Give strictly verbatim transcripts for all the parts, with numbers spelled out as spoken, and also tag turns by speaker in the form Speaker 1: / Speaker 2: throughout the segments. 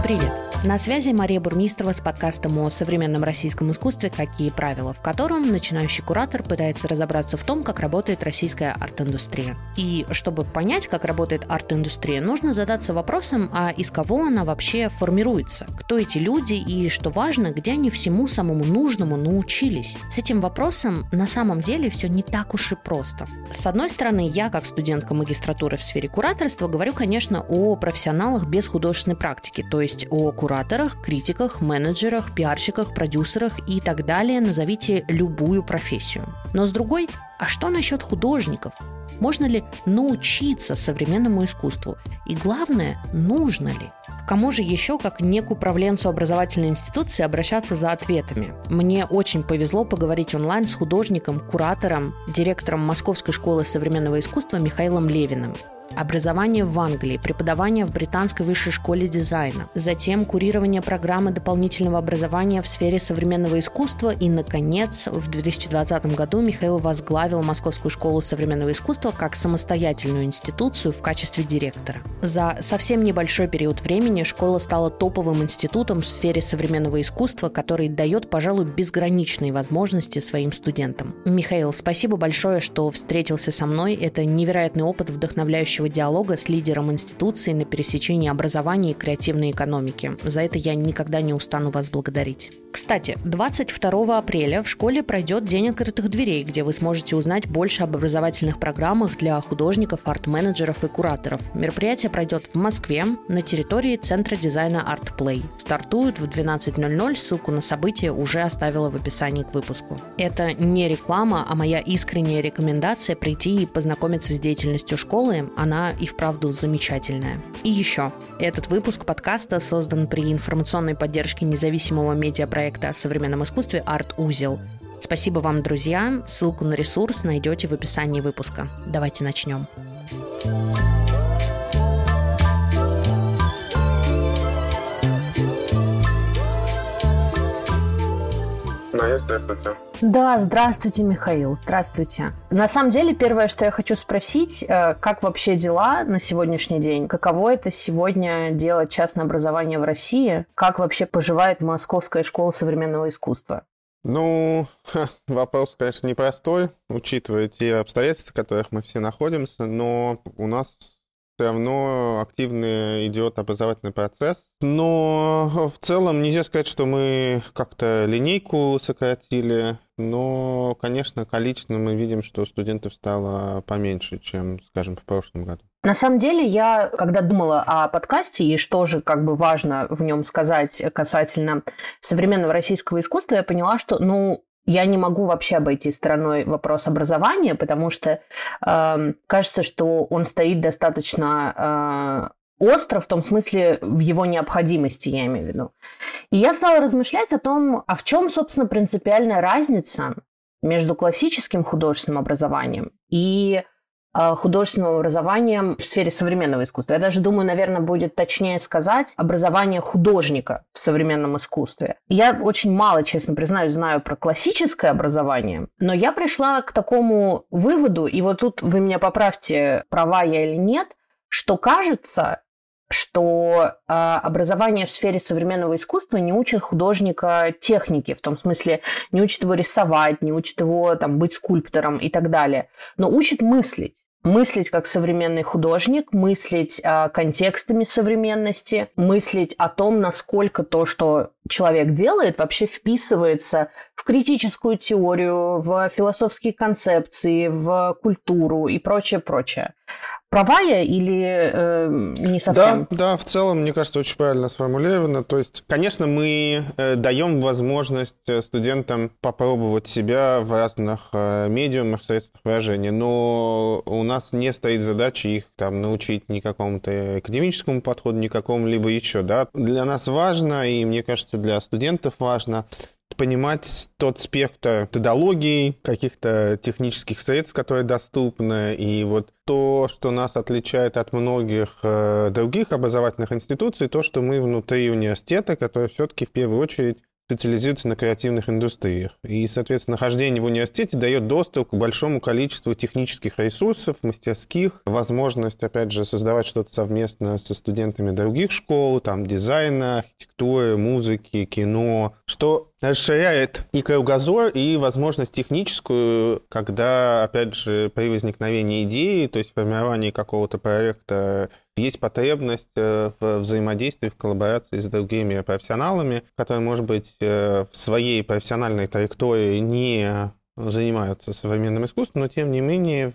Speaker 1: Привет! На связи Мария Бурмистрова с подкастом о современном российском искусстве «Какие правила?», в котором начинающий куратор пытается разобраться в том, как работает российская арт-индустрия. И чтобы понять, как работает арт-индустрия, нужно задаться вопросом, а из кого она вообще формируется? Кто эти люди и, что важно, где они всему самому нужному научились? С этим вопросом на самом деле все не так уж и просто. С одной стороны, я, как студентка магистратуры в сфере кураторства, говорю, конечно, о профессионалах без художественной практики, то есть о кураторах, критиках, менеджерах, пиарщиках, продюсерах и так далее, назовите любую профессию. Но с другой, а что насчет художников? Можно ли научиться современному искусству? И главное, нужно ли? К кому же еще, как не к управленцу образовательной институции, обращаться за ответами? Мне очень повезло поговорить онлайн с художником, куратором, директором Московской школы современного искусства Михаилом Левиным. Образование в Англии, преподавание в Британской высшей школе дизайна, затем курирование программы дополнительного образования в сфере современного искусства и, наконец, в две тысячи двадцатом году Михаил возглавил Московскую школу современного искусства как самостоятельную институцию в качестве директора. За совсем небольшой период времени школа стала топовым институтом в сфере современного искусства, который дает, пожалуй, безграничные возможности своим студентам. Михаил, спасибо большое, что встретился со мной. Это невероятный опыт вдохновляющего диалога с лидером институции на пересечении образования и креативной экономики. За это я никогда не устану вас благодарить. Кстати, двадцать второго апреля в школе пройдет День открытых дверей, где вы сможете узнать больше об образовательных программах для художников, арт-менеджеров и кураторов. Мероприятие пройдет в Москве на территории Центра дизайна ArtPlay. Стартует в двенадцать ноль ноль, ссылку на событие уже оставила в описании к выпуску. Это не реклама, а моя искренняя рекомендация прийти и познакомиться с деятельностью школы. Она и вправду замечательная. И еще. Этот выпуск подкаста создан при информационной поддержке независимого медиапроекта о современном искусстве «Арт-Узел». Спасибо вам, друзья. Ссылку на ресурс найдете в описании выпуска. Давайте начнем.
Speaker 2: Майя, здравствуйте.
Speaker 1: Да, здравствуйте, Михаил, здравствуйте. На самом деле, первое, что я хочу спросить, как вообще дела на сегодняшний день? Каково это сегодня делать частное образование в России? Как вообще поживает Московская школа современного искусства?
Speaker 2: Ну, ха, вопрос, конечно, непростой, учитывая те обстоятельства, в которых мы все находимся, но у нас все равно активно идет образовательный процесс. Но в целом нельзя сказать, что мы как-то линейку сократили, но, конечно, количественно мы видим, что студентов стало поменьше, чем, скажем, в прошлом году.
Speaker 1: На самом деле, я, когда думала о подкасте и что же как бы важно в нем сказать касательно современного российского искусства, я поняла, что, ну, я не могу вообще обойти стороной вопрос образования, потому что э, кажется, что он стоит достаточно э, остро, в том смысле, в его необходимости, я имею в виду. И я стала размышлять о том, а в чем, собственно, принципиальная разница между классическим художественным образованием и художественным образованием в сфере современного искусства. Я даже думаю, наверное, будет точнее сказать образование художника в современном искусстве. Я очень мало, честно признаюсь, знаю про классическое образование, но я пришла к такому выводу, и вот тут вы меня поправьте, права я или нет, что кажется, что э, образование в сфере современного искусства не учит художника технике, в том смысле не учит его рисовать, не учит его там, быть скульптором и так далее, но учит мыслить. Мыслить как современный художник, мыслить э, контекстами современности, мыслить о том, насколько то, что человек делает, вообще вписывается в критическую теорию, в философские концепции, в культуру и прочее, прочее. Права я или э, не совсем?
Speaker 2: Да, да, в целом, мне кажется, очень правильно сформулировано. То есть, конечно, мы э, даем возможность студентам попробовать себя в разных э, медиумах, средствах выражения, но у нас не стоит задача их там научить ни какому-то академическому подходу, ни какому-либо еще. Да? Для нас важно, и мне кажется, для студентов важно понимать тот спектр методологий, каких-то технических средств, которые доступны, и вот то, что нас отличает от многих э, других образовательных институций, то, что мы внутри университета, который все-таки в первую очередь специализируется на креативных индустриях. И, соответственно, нахождение в университете дает доступ к большому количеству технических ресурсов, мастерских, возможность, опять же, создавать что-то совместно со студентами других школ, там, дизайна, архитектуры, музыки, кино, что расширяет и кругозор, и возможность техническую, когда, опять же, при возникновении идеи, то есть формировании какого-то проекта, есть потребность в взаимодействии, в коллаборации с другими профессионалами, которые, может быть, в своей профессиональной траектории не занимаются современным искусством, но, тем не менее,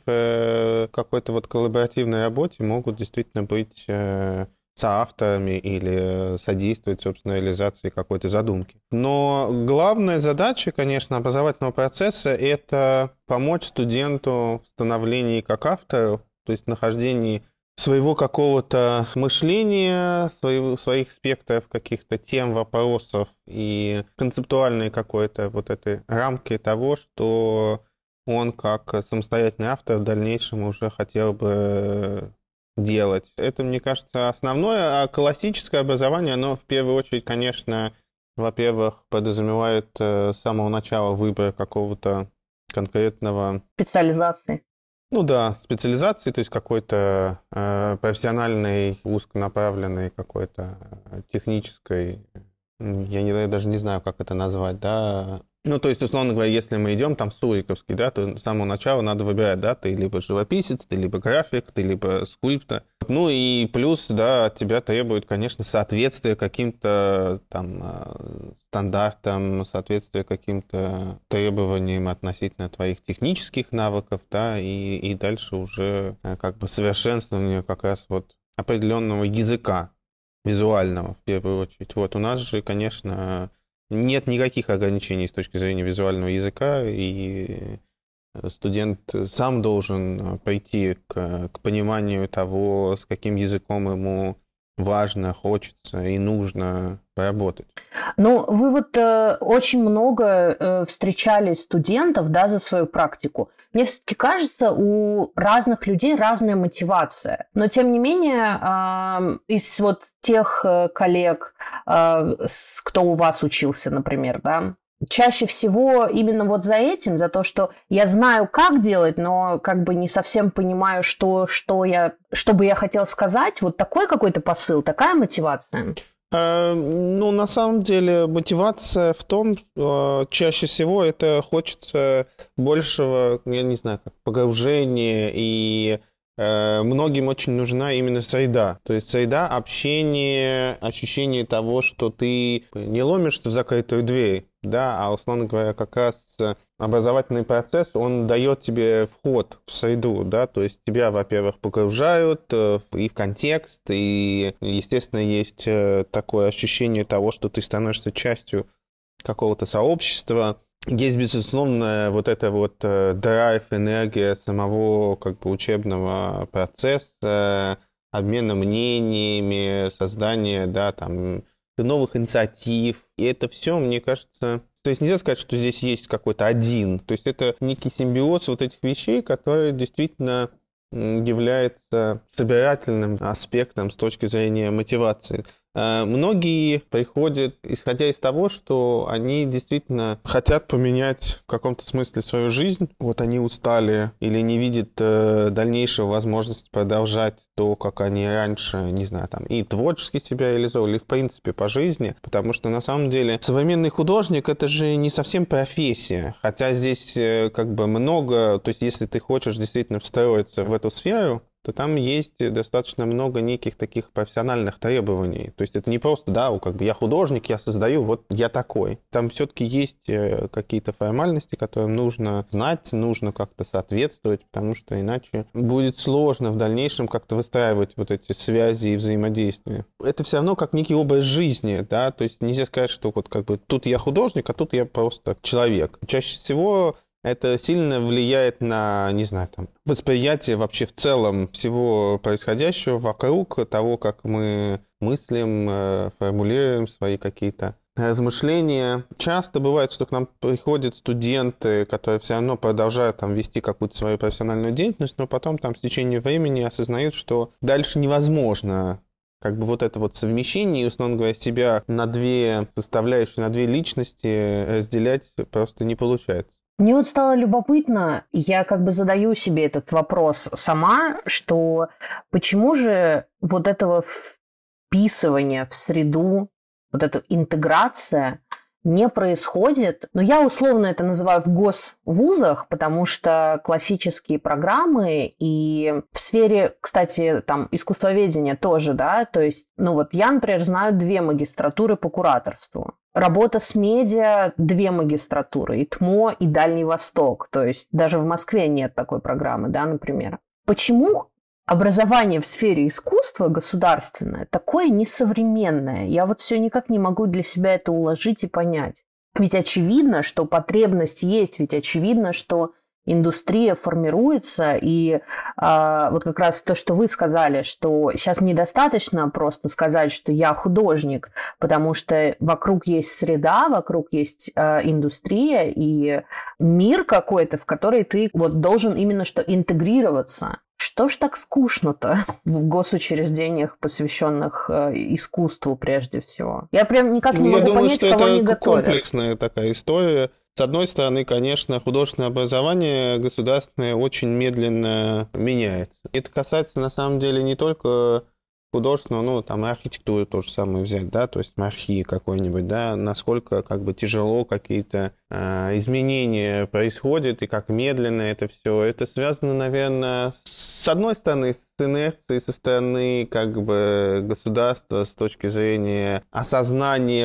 Speaker 2: в какой-то вот коллаборативной работе могут действительно быть соавторами или содействовать, собственно, реализации какой-то задумки. Но главная задача, конечно, образовательного процесса — это помочь студенту в становлении как автору, то есть в нахождении своего какого-то мышления, своего, своих спектров каких-то тем, вопросов и концептуальной какой-то вот этой рамки того, что он как самостоятельный автор в дальнейшем уже хотел бы делать. Это, мне кажется, основное. А классическое образование, оно в первую очередь, конечно, во-первых, подразумевает с самого начала выбор какого-то конкретного...
Speaker 3: специализации.
Speaker 2: Ну да, специализации, то есть какой-то э, профессиональной, узконаправленной, какой-то технической, я, не, я даже не знаю, как это назвать, да. Ну, то есть, условно говоря, если мы идем там в Суриковский, да, то с самого начала надо выбирать, да, ты либо живописец, ты либо график, ты либо скульптор. Ну и плюс, да, от тебя требует, конечно, соответствие каким-то там стандартам, соответствие каким-то требованиям относительно твоих технических навыков, да, и, и дальше уже как бы совершенствование как раз вот определенного языка визуального в первую очередь. Вот у нас же, конечно, нет никаких ограничений с точки зрения визуального языка, и студент сам должен прийти к, к пониманию того, с каким языком ему важно, хочется и нужно поработать.
Speaker 3: Ну, вы вот э, очень много э, встречали студентов, да, за свою практику. Мне все-таки кажется, у разных людей разная мотивация. Но, тем не менее, э, из вот тех э, коллег, э, с, кто у вас учился, например, да, чаще всего именно вот за этим, за то, что я знаю, как делать, но как бы не совсем понимаю, что, что, я, что бы я хотел сказать. Вот такой какой-то посыл, такая мотивация?
Speaker 2: Ну, на самом деле, мотивация в том, чаще всего это хочется большего, я не знаю, как погружения, и многим очень нужна именно среда. То есть среда, общение, ощущение того, что ты не ломишься в закрытую дверь, да, а, условно говоря, как раз образовательный процесс, он дает тебе вход в среду, да, то есть тебя, во-первых, погружают и в контекст, и, естественно, есть такое ощущение того, что ты становишься частью какого-то сообщества. Есть, безусловно, вот это вот драйв, энергия самого как бы учебного процесса, обмена мнениями, создания, да, там, новых инициатив. И это все, мне кажется... То есть нельзя сказать, что здесь есть какой-то один. То есть это некий симбиоз вот этих вещей, который действительно является собирательным аспектом с точки зрения мотивации. Многие приходят, исходя из того, что они действительно хотят поменять в каком-то смысле свою жизнь. Вот они устали или не видят дальнейшей возможности продолжать то, как они раньше, не знаю, там, и творчески себя реализовывали, и в принципе по жизни. Потому что на самом деле современный художник — это же не совсем профессия. Хотя здесь как бы много, то есть если ты хочешь действительно встроиться в эту сферу, то там есть достаточно много неких таких профессиональных требований. То есть это не просто, да, как бы я художник, я создаю, вот я такой. Там все-таки есть какие-то формальности, которым нужно знать, нужно как-то соответствовать, потому что иначе будет сложно в дальнейшем как-то выстраивать вот эти связи и взаимодействия. Это все равно как некий образ жизни, да, то есть нельзя сказать, что вот как бы тут я художник, а тут я просто человек. Чаще всего это сильно влияет на, не знаю, там, восприятие вообще в целом всего происходящего вокруг, того, как мы мыслим, формулируем свои какие-то размышления. Часто бывает, что к нам приходят студенты, которые все равно продолжают там вести какую-то свою профессиональную деятельность, но потом там с течением времени осознают, что дальше невозможно как бы вот это вот совмещение, и, условно говоря, себя на две составляющие, на две личности разделять просто не получается.
Speaker 3: Мне вот стало любопытно, я как бы задаю себе этот вопрос сама, что почему же вот этого вписывания в среду, вот эта интеграция не происходит, но я условно это называю в госвузах, потому что классические программы и в сфере, кстати, там искусствоведения тоже, да, то есть, ну вот я, например, знаю две магистратуры по кураторству. Работа с медиа – две магистратуры, и ТМО, и Дальний Восток, то есть даже в Москве нет такой программы, да, например. Почему образование в сфере искусства государственное такое несовременное? Я вот все никак не могу для себя это уложить и понять. Ведь очевидно, что потребность есть, ведь очевидно, что индустрия формируется, и э, вот как раз то, что вы сказали, что сейчас недостаточно просто сказать, что я художник, потому что вокруг есть среда, вокруг есть э, индустрия и мир какой-то, в который ты вот должен именно что интегрироваться. Что ж так скучно-то в госучреждениях, посвященных э, искусству прежде всего? Я прям никак не
Speaker 2: Я
Speaker 3: могу
Speaker 2: думаю,
Speaker 3: понять,
Speaker 2: что
Speaker 3: кого
Speaker 2: это
Speaker 3: не готовят.
Speaker 2: Комплексная такая история. С одной стороны, конечно, художественное образование государственное очень медленно меняется. Это касается, на самом деле, не только художественного, ну, там, и архитектуру то же самое взять, да, то есть архив какой-нибудь, да, насколько, как бы, тяжело какие-то э, изменения происходят и как медленно это все. Это связано, наверное, с одной стороны, с инерцией со стороны, как бы, государства с точки зрения осознания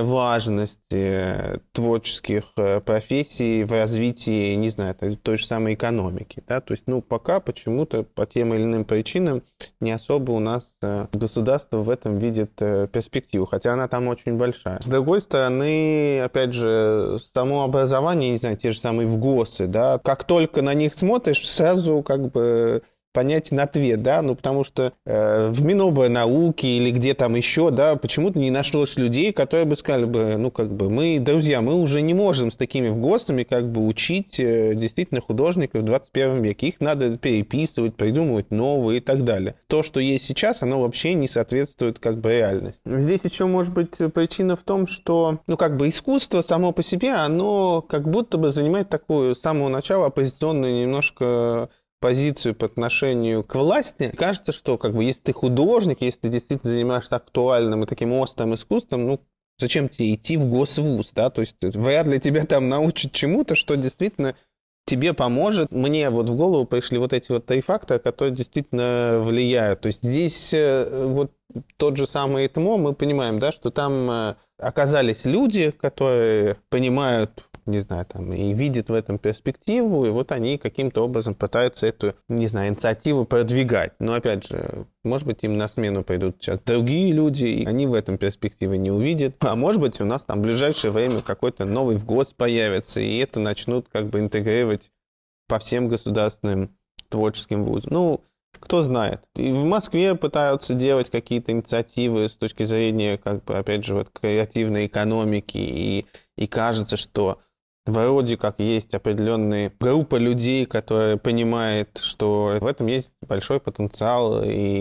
Speaker 2: важности творческих профессий в развитии, не знаю, той же самой экономики, да, то есть, ну, пока почему-то по тем или иным причинам не особо у нас государство в этом видит перспективу, хотя она там очень большая. С другой стороны, опять же, само образование, не знаю, те же самые ВГОСы, да, как только на них смотришь, сразу, как бы, понятен ответ, да, ну, потому что э, в Минобрнауке или где там еще, да, почему-то не нашлось людей, которые бы сказали бы, ну, как бы, мы, друзья, мы уже не можем с такими ВГОСами, как бы, учить э, действительно художников в двадцать первом веке. Их надо переписывать, придумывать новые и так далее. То, что есть сейчас, оно вообще не соответствует, как бы, реальности. Здесь еще, может быть, причина в том, что, ну, как бы, искусство само по себе, оно как будто бы занимает такую с самого начала оппозиционную немножко позицию по отношению к власти. Кажется, что, как бы, если ты художник, если ты действительно занимаешься актуальным и таким острым искусством, ну, зачем тебе идти в госвуз, да, то есть вряд ли тебя там научат чему-то, что действительно тебе поможет. Мне вот в голову пришли вот эти вот три фактора, которые действительно влияют. То есть здесь вот тот же самый ТМО, мы понимаем, да, что там оказались люди, которые понимают, не знаю, там, и видят в этом перспективу, и вот они каким-то образом пытаются эту, не знаю, инициативу продвигать. Но, опять же, может быть, им на смену пойдут сейчас другие люди, и они в этом перспективы не увидят. А может быть, у нас там в ближайшее время какой-то новый ВГОС появится, и это начнут как бы интегрировать по всем государственным творческим вузам. Ну, кто знает. И в Москве пытаются делать какие-то инициативы с точки зрения, как бы, опять же, вот, креативной экономики, и, и кажется, что вроде как есть определенная группа людей, которая понимает, что в этом есть большой потенциал,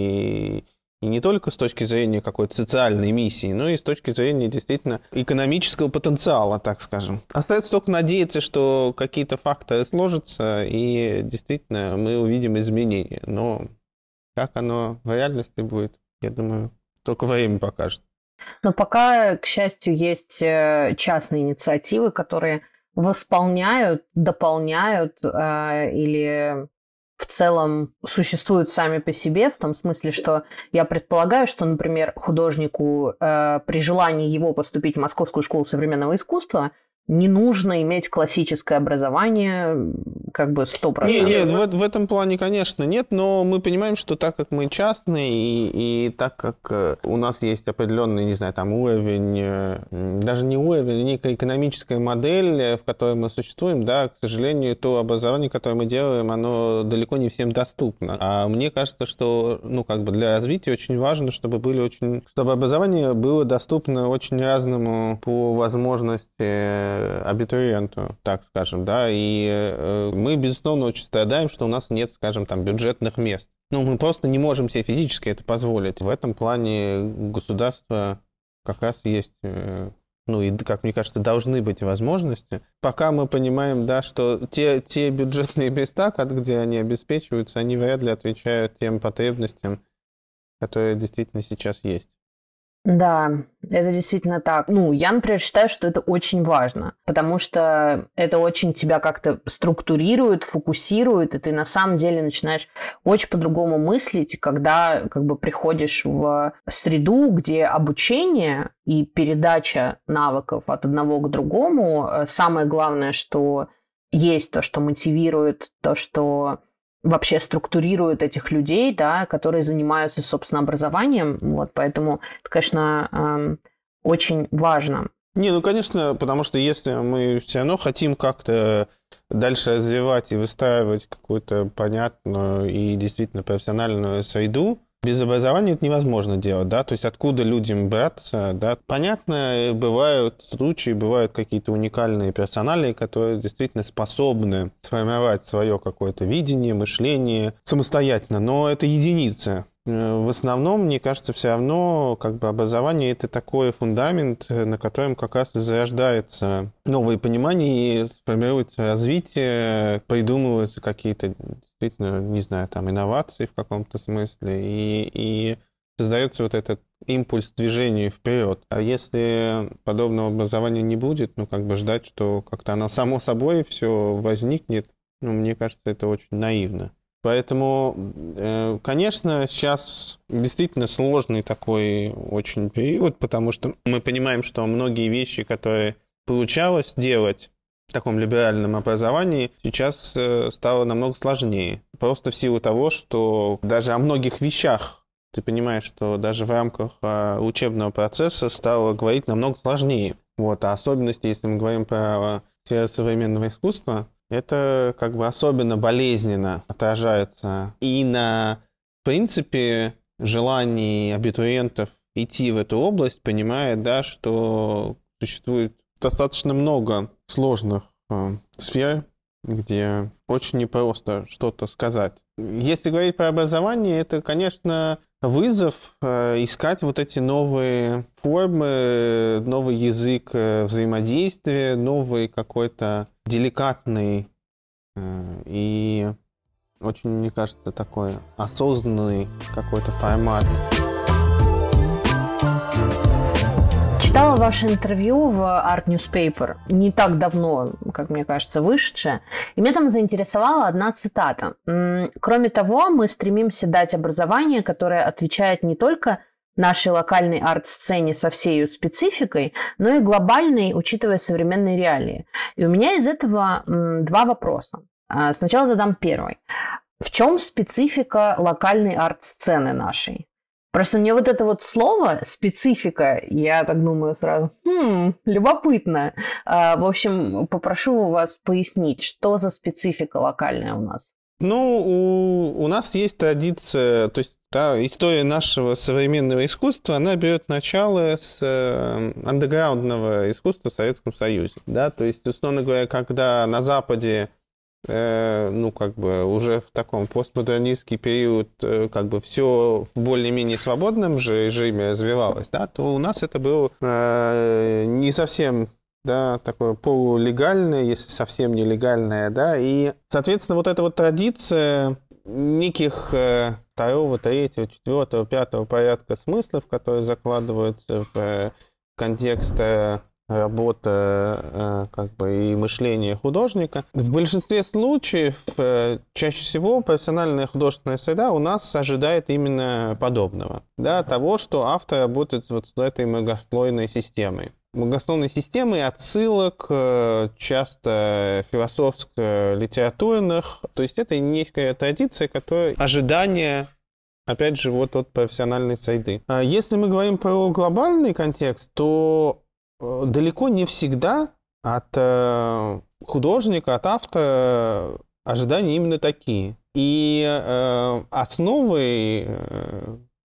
Speaker 2: и, и не только с точки зрения какой-то социальной миссии, но и с точки зрения действительно экономического потенциала, так скажем. Остается только надеяться, что какие-то факторы сложатся, и действительно мы увидим изменения. Но как оно в реальности будет, я думаю, только время покажет.
Speaker 3: Но пока, к счастью, есть частные инициативы, которые восполняют, дополняют э, или в целом существуют сами по себе, в том смысле, что я предполагаю, что, например, художнику э, при желании его поступить в Московскую школу современного искусства не нужно иметь классическое образование как бы сто процентов.
Speaker 2: Нет, нет, в, в этом плане, конечно, нет, но мы понимаем, что так как мы частные, и, и так как у нас есть определенный, не знаю, там уровень, даже не уровень, а некая экономическая модель, в которой мы существуем, да, к сожалению, то образование, которое мы делаем, оно далеко не всем доступно. А мне кажется, что, ну, как бы для развития очень важно, чтобы были очень, чтобы образование было доступно очень разному по возможности э, абитуриенту, так скажем, да, и э, мы, безусловно, очень страдаем, что у нас нет, скажем, там, бюджетных мест. Ну, мы просто не можем себе физически это позволить. В этом плане государство как раз есть, э, ну, и, как мне кажется, должны быть возможности. Пока мы понимаем, да, что те, те бюджетные места, где они обеспечиваются, они вряд ли отвечают тем потребностям, которые действительно сейчас есть.
Speaker 3: Да, это действительно так. Ну, я, например, считаю, что это очень важно, потому что это очень тебя как-то структурирует, фокусирует, и ты на самом деле начинаешь очень по-другому мыслить, когда как бы приходишь в среду, где обучение и передача навыков от одного к другому, самое главное, что есть, то, что мотивирует, то, что вообще структурирует этих людей, да, которые занимаются, собственно, образованием. Вот, поэтому это, конечно, эм, очень важно.
Speaker 2: Не, ну, конечно, потому что если мы все равно хотим как-то дальше развивать и выстраивать какую-то понятную и действительно профессиональную среду, без образования это невозможно делать, да, то есть откуда людям браться, да. Понятно, бывают случаи, бывают какие-то уникальные персонали, которые действительно способны сформировать свое какое-то видение, мышление самостоятельно, но это единицы. В основном, мне кажется, все равно как бы образование – это такой фундамент, на котором как раз и зарождается новые понимания, и формируется развитие, придумываются какие-то, действительно, не знаю, там, инновации в каком-то смысле, и, и создается вот этот импульс движению вперед. А если подобного образования не будет, ну, как бы ждать, что как-то оно само собой все возникнет, ну, мне кажется, это очень наивно. Поэтому, конечно, сейчас действительно сложный такой очень период, потому что мы понимаем, что многие вещи, которые получалось делать в таком либеральном образовании, сейчас стало намного сложнее. Просто в силу того, что даже о многих вещах ты понимаешь, что даже в рамках учебного процесса стало говорить намного сложнее. Вот, а особенности, если мы говорим про сферу современного искусства, это как бы особенно болезненно отражается и на, в принципе, желании абитуриентов идти в эту область, понимая, да, что существует достаточно много сложных э, сфер, где очень непросто что-то сказать. Если говорить про образование, это, конечно, вызов э, искать вот эти новые формы, новый язык э, взаимодействия, новый какой-то деликатный э, и очень, мне кажется, такой осознанный какой-то формат.
Speaker 3: Читала ваше интервью в Art Newspaper, не так давно, как мне кажется, вышедшее, и меня там заинтересовала одна цитата. «Кроме того, мы стремимся дать образование, которое отвечает не только нашей локальной арт-сцене со всей ее спецификой, но и глобальной, учитывая современные реалии». И у меня из этого два вопроса. Сначала задам первый. В чем специфика локальной арт-сцены нашей? Просто мне вот это вот слово «специфика», я так думаю сразу, хм, любопытно. А, в общем, попрошу вас пояснить, что за специфика локальная у нас?
Speaker 2: Ну, у, у нас есть традиция, то есть да, история нашего современного искусства, она берет начало с э, андеграундного искусства в Советском Союзе. Да? То есть, условно говоря, когда на Западе ну, как бы уже в таком постмодернистский период как бы все в более-менее свободном же режиме развивалось, да, то у нас это было э, не совсем, да, такое полулегальное, если совсем нелегальное, да, и, соответственно, вот эта вот традиция неких э, второго, третьего, четвертого, пятого порядка смыслов, которые закладываются в э, контекст э, работа как бы и мышление художника. В большинстве случаев чаще всего профессиональная художественная среда у нас ожидает именно подобного. Да, того, что автор работает вот с этой многослойной системой. Многослойной системой отсылок, часто философско-литературных. То есть это некая традиция, которая ожидание, опять же, вот от профессиональной среды. Если мы говорим про глобальный контекст, то далеко не всегда от э, художника, от автора ожидания именно такие. И э, основой э,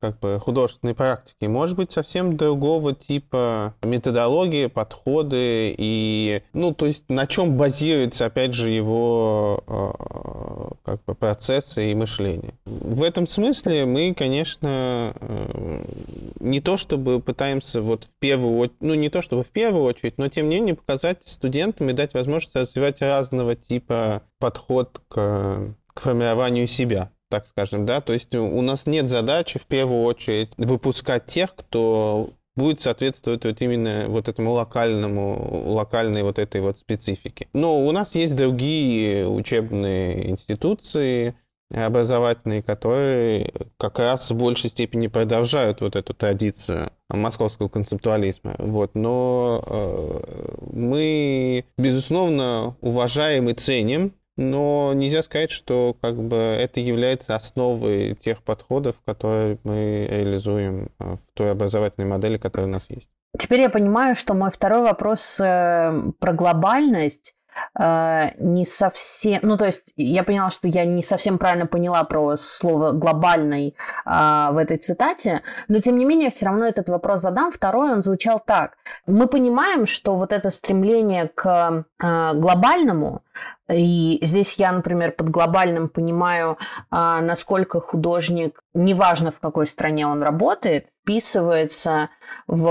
Speaker 2: как бы художественной практики, может быть совсем другого типа методологии, подходы и, ну, то есть на чем базируется, опять же, его э, как бы процессы и мышление. В этом смысле мы, конечно, э, не то чтобы пытаемся вот в первую очередь, ну, не то чтобы в первую очередь, но тем не менее показать студентам и дать возможность развивать разного типа подход к, к формированию себя, так скажем, да, то есть у нас нет задачи в первую очередь выпускать тех, кто будет соответствовать вот именно вот этому локальному, локальной вот этой вот специфике. Но у нас есть другие учебные институции образовательные, которые как раз в большей степени продолжают вот эту традицию московского концептуализма. Вот. Но э, мы, безусловно, уважаем и ценим, но нельзя сказать, что как бы это является основой тех подходов, которые мы реализуем в той образовательной модели, которая у нас есть.
Speaker 3: Теперь я понимаю, что мой второй вопрос э, про глобальность э, не совсем... Ну, то есть я поняла, что я не совсем правильно поняла про слово «глобальный» э, в этой цитате, но тем не менее все равно этот вопрос задам. Второй, он звучал так. Мы понимаем, что вот это стремление к э, глобальному, и здесь я, например, под глобальным понимаю, а, насколько художник, неважно в какой стране он работает, вписывается в...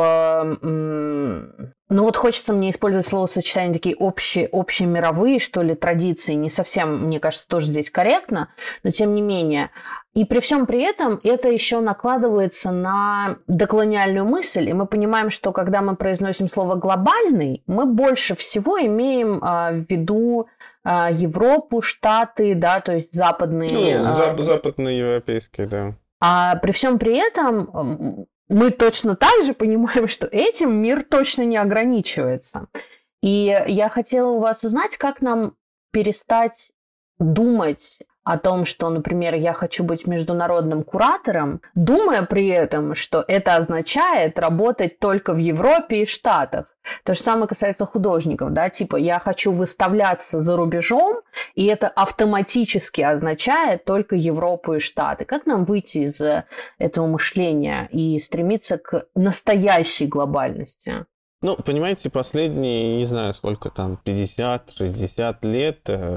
Speaker 3: М- ну вот хочется мне использовать словосочетание такие общие, общемировые, что ли, традиции. Не совсем, мне кажется, тоже здесь корректно, но тем не менее. И при всем при этом это еще накладывается на деколониальную мысль, и мы понимаем, что когда мы произносим слово «глобальный», мы больше всего имеем а, в виду а, Европу, Штаты, да, то есть западные...
Speaker 2: Ну, зап- а, западноевропейские, да.
Speaker 3: А при всем при этом мы точно так же понимаем, что этим мир точно не ограничивается. И я хотела у вас узнать, как нам перестать думать о том, что, например, я хочу быть международным куратором, думая при этом, что это означает работать только в Европе и Штатах. То же самое касается художников, да, типа я хочу выставляться за рубежом, и это автоматически означает только Европу и Штаты. Как нам выйти из этого мышления и стремиться к настоящей глобальности?
Speaker 2: Ну, понимаете, последние, не знаю, сколько там, пятьдесят-шестьдесят лет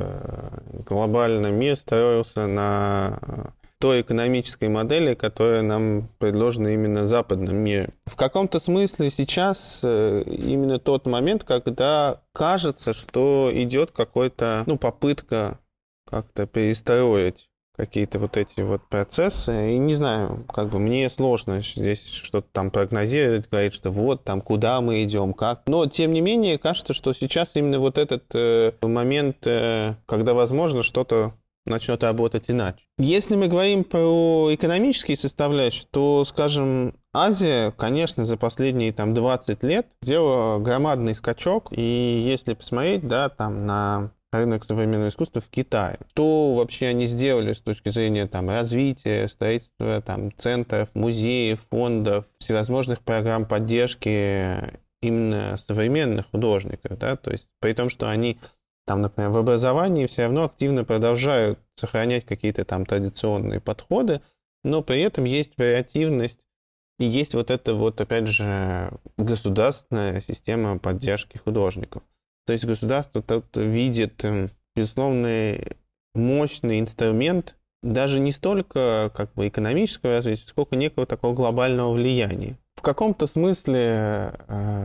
Speaker 2: глобальный мир строился на той экономической модели, которая нам предложена именно в западном мире. В каком-то смысле сейчас именно тот момент, когда кажется, что идет какая-то, ну, попытка как-то перестроить какие-то вот эти вот процессы. И не знаю, как бы мне сложно здесь что-то там прогнозировать, говорить, что вот там куда мы идем, как. Но, тем не менее, кажется, что сейчас именно вот этот э, момент, э, когда, возможно, что-то начнет работать иначе. Если мы говорим про экономические составляющие, то, скажем, Азия, конечно, за последние там двадцать лет сделала громадный скачок. И если посмотреть, да, там на рынок современного искусства в Китае. Что вообще они сделали с точки зрения там, развития, строительства там, центров, музеев, фондов, всевозможных программ поддержки именно современных художников, да, то есть при том, что они там, например, в образовании все равно активно продолжают сохранять какие-то там традиционные подходы, но при этом есть вариативность и есть вот эта вот, опять же, государственная система поддержки художников. То есть государство тут видит, безусловно, мощный инструмент даже не столько как бы экономического развития, сколько некого такого глобального влияния. В каком-то смысле,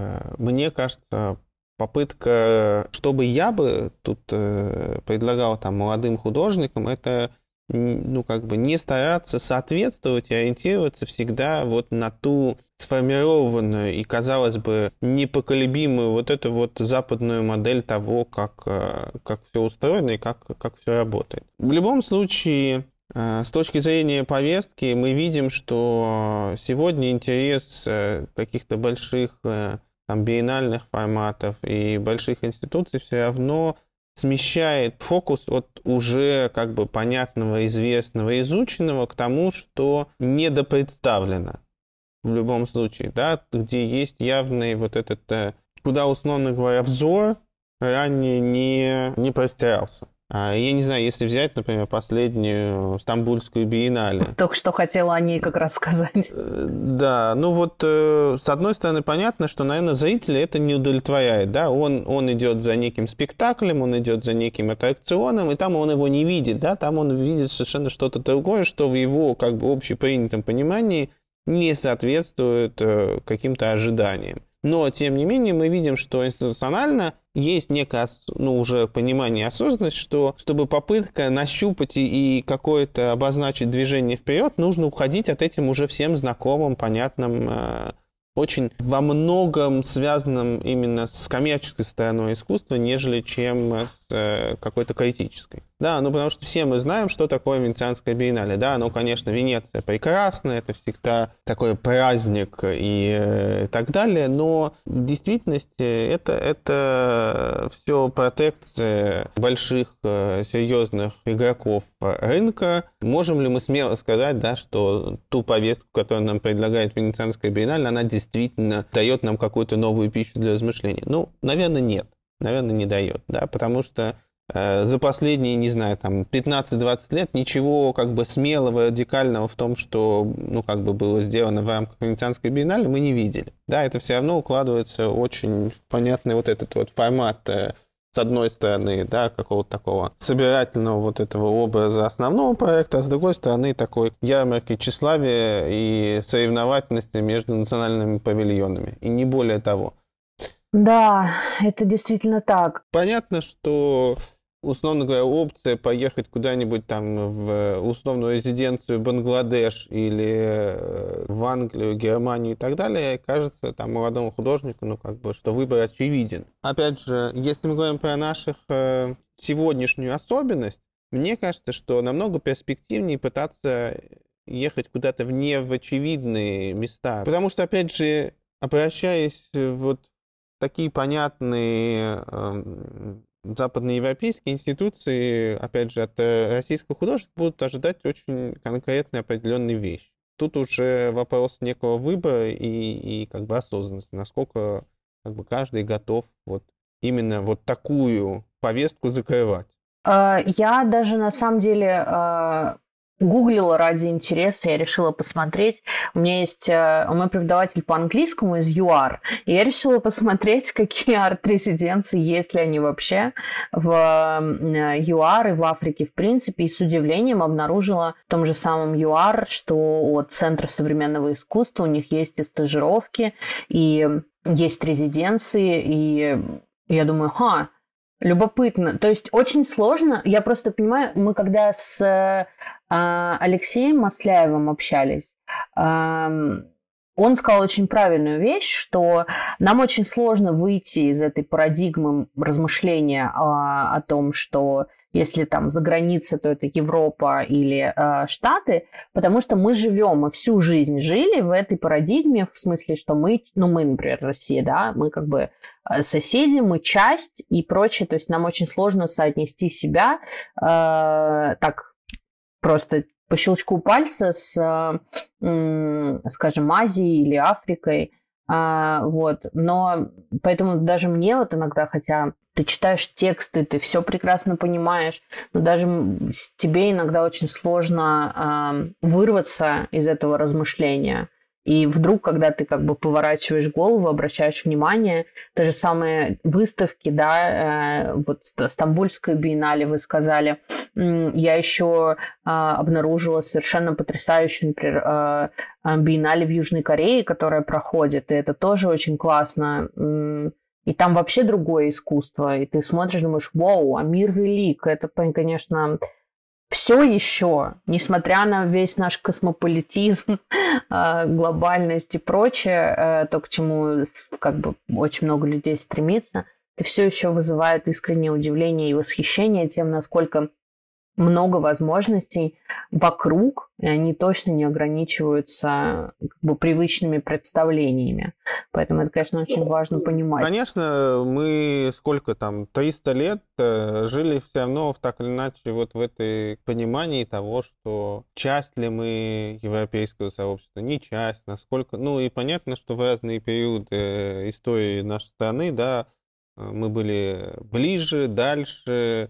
Speaker 2: мне кажется, попытка, чтобы я бы тут предлагал там молодым художникам, это ну, как бы не стараться соответствовать и ориентироваться всегда вот на ту сформированную и, казалось бы, непоколебимую вот эту вот западную модель того, как, как все устроено и как, как все работает. В любом случае, с точки зрения повестки, мы видим, что сегодня интерес каких-то больших там, биеннальных форматов и больших институций все равно смещает фокус от уже как бы понятного, известного, изученного к тому, что недопредставлено в любом случае, да, где есть явный вот этот, куда, условно говоря, взор ранее не, не простирался. Я не знаю, если взять, например, последнюю Стамбульскую биеннале.
Speaker 3: Только что хотела о ней как раз сказать.
Speaker 2: Да, ну вот, с одной стороны, понятно, что, наверное, зрителя это не удовлетворяет, да, он, он идет за неким спектаклем, он идет за неким аттракционом, и там он его не видит, да, там он видит совершенно что-то другое, что в его, как бы, общепринятом понимании не соответствует каким-то ожиданиям. Но, тем не менее, мы видим, что институционально есть некое, ну, уже понимание, осознанность, что, чтобы попытка нащупать и, и какое-то обозначить движение вперед, нужно уходить от этим уже всем знакомым, понятным, э, очень во многом связанным именно с коммерческой стороной искусства, нежели чем с э, какой-то критической. Да, ну потому что все мы знаем, что такое Венецианская биеннале. Да, ну, конечно, Венеция прекрасна, это всегда такой праздник и, э, и так далее, но в действительности это, это все протекция больших э, серьезных игроков рынка. Можем ли мы смело сказать, да, что ту повестку, которую нам предлагает Венецианская биеннале, она действительно дает нам какую-то новую пищу для размышлений? Ну, наверное, нет. Наверное, не дает, да, потому что за последние, не знаю, там, пятнадцать-двадцать лет ничего как бы смелого, радикального в том, что, ну, как бы было сделано в рамках Венецианской биеннале, мы не видели. Да, это все равно укладывается очень в понятный вот этот вот формат, с одной стороны, да, какого-то такого собирательного вот этого образа основного проекта, а с другой стороны такой ярмарки тщеславия и соревновательности между национальными павильонами, и не более того.
Speaker 3: Да, это действительно так.
Speaker 2: Понятно, что, условно говоря, опция поехать куда-нибудь там в условную резиденцию Бангладеш или в Англию, Германию и так далее, кажется там молодому художнику, ну, как бы, что выбор очевиден. Опять же, если мы говорим про нашу э, сегодняшнюю особенность, мне кажется, что намного перспективнее пытаться ехать куда-то в неочевидные места. Потому что, опять же, обращаясь вот такие понятные э, западноевропейские институции, опять же, от российского художника будут ожидать очень конкретной определенной вещи. Тут уже вопрос некого выбора и, и как бы осознанности, насколько как бы каждый готов вот именно вот такую повестку закрывать.
Speaker 3: Я даже на самом деле гуглила ради интереса, я решила посмотреть. У меня есть у меня преподаватель по английскому из ЮАР, и я решила посмотреть, какие арт-резиденции, есть ли они вообще в ЮАР и в Африке в принципе, и с удивлением обнаружила в том же самом ЮАР, что от Центра современного искусства у них есть и стажировки, и есть резиденции, и я думаю, ха, любопытно. То есть очень сложно. Я просто понимаю, мы когда с э, Алексеем Масляевым общались, э, он сказал очень правильную вещь, что нам очень сложно выйти из этой парадигмы размышления э, о том, что если там за граница, то это Европа или э, Штаты, потому что мы живем, мы всю жизнь жили в этой парадигме, в смысле, что мы, ну мы, например, Россия, да, мы как бы соседи, мы часть и прочее, то есть нам очень сложно соотнести себя э, так просто по щелчку пальца с, э, скажем, Азией или Африкой, э, вот, но поэтому даже мне вот иногда, хотя ты читаешь тексты, ты все прекрасно понимаешь, но даже тебе иногда очень сложно э, вырваться из этого размышления. И вдруг, когда ты как бы поворачиваешь голову, обращаешь внимание, те же самые выставки, да, э, вот Стамбульская биеннале, вы сказали, э, я еще э, обнаружила совершенно потрясающую, например, э, биеннале в Южной Корее, которая проходит, и это тоже очень классно. Э, И там вообще другое искусство. И ты смотришь, думаешь, вау, а мир велик. Это, конечно, все еще, несмотря на весь наш космополитизм, глобальность и прочее, то, к чему как бы очень много людей стремится, это все еще вызывает искреннее удивление и восхищение тем, насколько много возможностей вокруг, и они точно не ограничиваются как бы привычными представлениями. Поэтому это, конечно, очень важно понимать.
Speaker 2: Конечно, мы сколько там, триста лет жили все равно в так или иначе вот в этой понимании того, что часть ли мы европейского сообщества, не часть, насколько... Ну и понятно, что в разные периоды истории нашей страны, да, мы были ближе, дальше...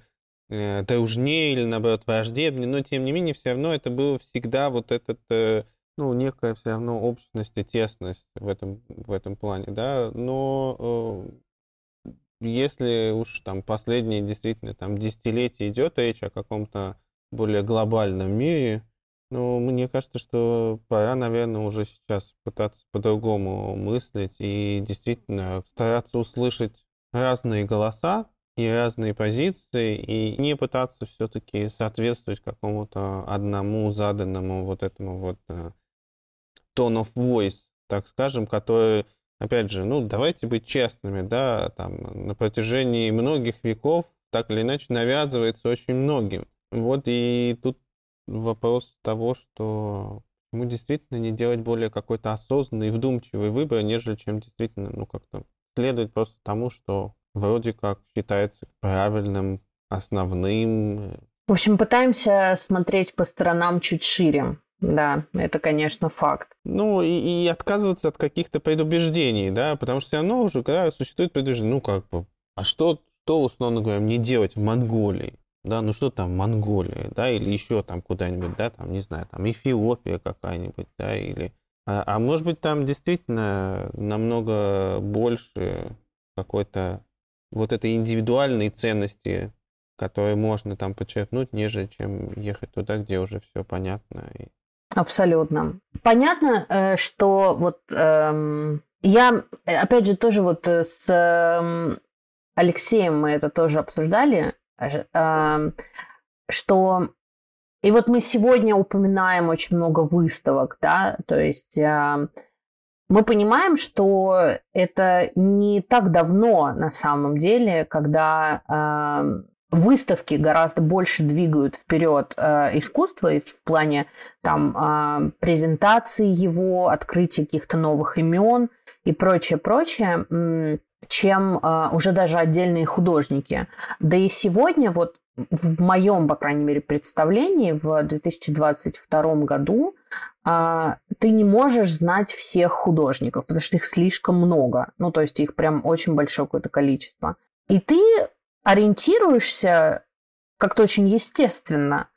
Speaker 2: э, дружнее или, наоборот, враждебнее, но, тем не менее, все равно это было всегда вот этот, э, ну, некая все равно общность и тесность в этом, в этом плане, да, но э, если уж там последние действительно там десятилетия идет речь о каком-то более глобальном мире, ну, мне кажется, что пора, наверное, уже сейчас пытаться по-другому мыслить и действительно стараться услышать разные голоса и разные позиции, и не пытаться все-таки соответствовать какому-то одному заданному вот этому вот uh, tone of voice, так скажем, который, опять же, ну, давайте быть честными, да, там, на протяжении многих веков так или иначе навязывается очень многим. Вот и тут вопрос того, что ему действительно не делать более какой-то осознанный и вдумчивый выбор, нежели чем действительно, ну, как-то следовать просто тому, что вроде как считается правильным, основным.
Speaker 3: В общем, пытаемся смотреть по сторонам чуть шире. Да, это, конечно, факт.
Speaker 2: Ну, и, и отказываться от каких-то предубеждений, да, потому что все равно уже, когда существует предубеждение, ну, как бы, а что, что, условно говоря, мне делать в Монголии? Да, ну что там, Монголия, да, или еще там куда-нибудь, да, там, не знаю, там, Эфиопия какая-нибудь, да, или... А, а может быть, там действительно намного больше какой-то вот этой индивидуальной ценности, которые можно там подчеркнуть, нежели чем ехать туда, где уже все понятно.
Speaker 3: Абсолютно. Понятно, что вот эм, я, опять же, тоже вот с эм, Алексеем мы это тоже обсуждали, э, что... И вот мы сегодня упоминаем очень много выставок, да, то есть... Э, мы понимаем, что это не так давно на самом деле, когда э, выставки гораздо больше двигают вперед э, искусство и в плане там, э, презентации его, открытия каких-то новых имен и прочее, прочее, э, чем э, уже даже отдельные художники. Да и сегодня вот в моем, по крайней мере, представлении в две тысячи двадцать втором году а, ты не можешь знать всех художников, потому что их слишком много. Ну, то есть их прям очень большое какое-то количество. И ты ориентируешься как-то очень естественно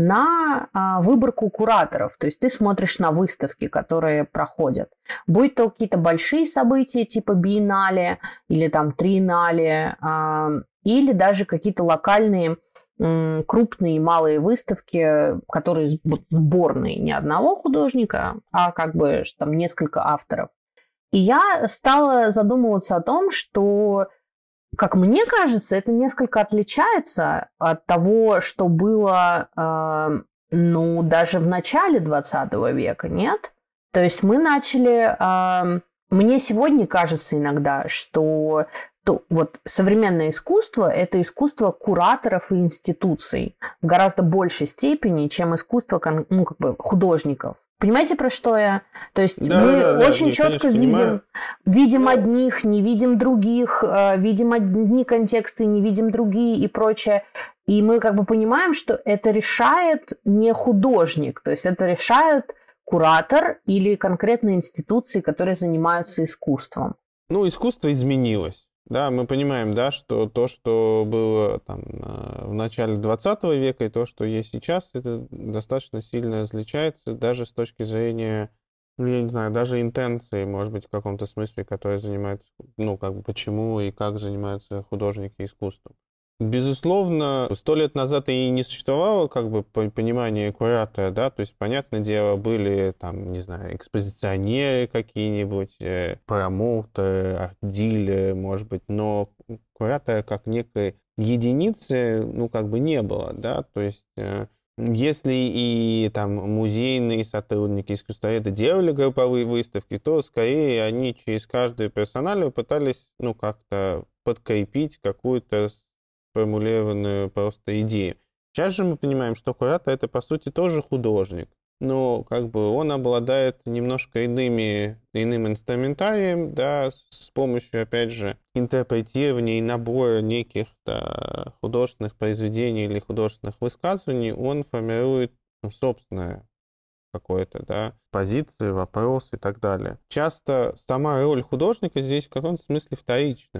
Speaker 3: на а, выборку кураторов. То есть ты смотришь на выставки, которые проходят. Будь то какие-то большие события типа биеннале или там триеннале, а, или даже какие-то локальные крупные и малые выставки, которые вот, сборные не одного художника, а как бы там несколько авторов. И я стала задумываться о том, что, как мне кажется, это несколько отличается от того, что было, э, ну, даже в начале двадцатого века, нет? То есть мы начали... Э, мне сегодня кажется иногда, что то, вот, современное искусство – это искусство кураторов и институций в гораздо большей степени, чем искусство ну, как бы художников. Понимаете, про что я? То есть да, мы да, очень да, четко видим, видим да. одних, не видим других, видим одни контексты, не видим другие и прочее. И мы как бы понимаем, что это решает не художник, то есть это решает куратор или конкретные институции, которые занимаются искусством.
Speaker 2: Ну, искусство изменилось. Да, мы понимаем, да, что то, что было там в начале двадцатого века, и то, что есть сейчас, это достаточно сильно различается даже с точки зрения, ну, я не знаю, даже интенции, может быть, в каком-то смысле, которые занимаются, ну, как бы, почему и как занимаются художники искусством. Безусловно, сто лет назад и не существовало как бы понимания куратора, да, то есть, понятное дело, были там, не знаю, экспозиционеры какие-нибудь, э, промоутеры, арт-дилеры, может быть, но куратора как некой единицы, ну, как бы не было, да, то есть, э, если и там музейные сотрудники, искусствоведы делали групповые выставки, то скорее они через каждую персоналию пытались, ну, как-то подкрепить какую-то сформулированную просто идею. Сейчас же мы понимаем, что куратор — это, по сути, тоже художник, но как бы он обладает немножко иными, иным инструментарием, да, с помощью, опять же, интерпретирования и набора неких да, художественных произведений или художественных высказываний, он формирует ну, собственное какое-то, да, позиции, вопрос и так далее. Часто сама роль художника здесь в каком-то смысле вторичная.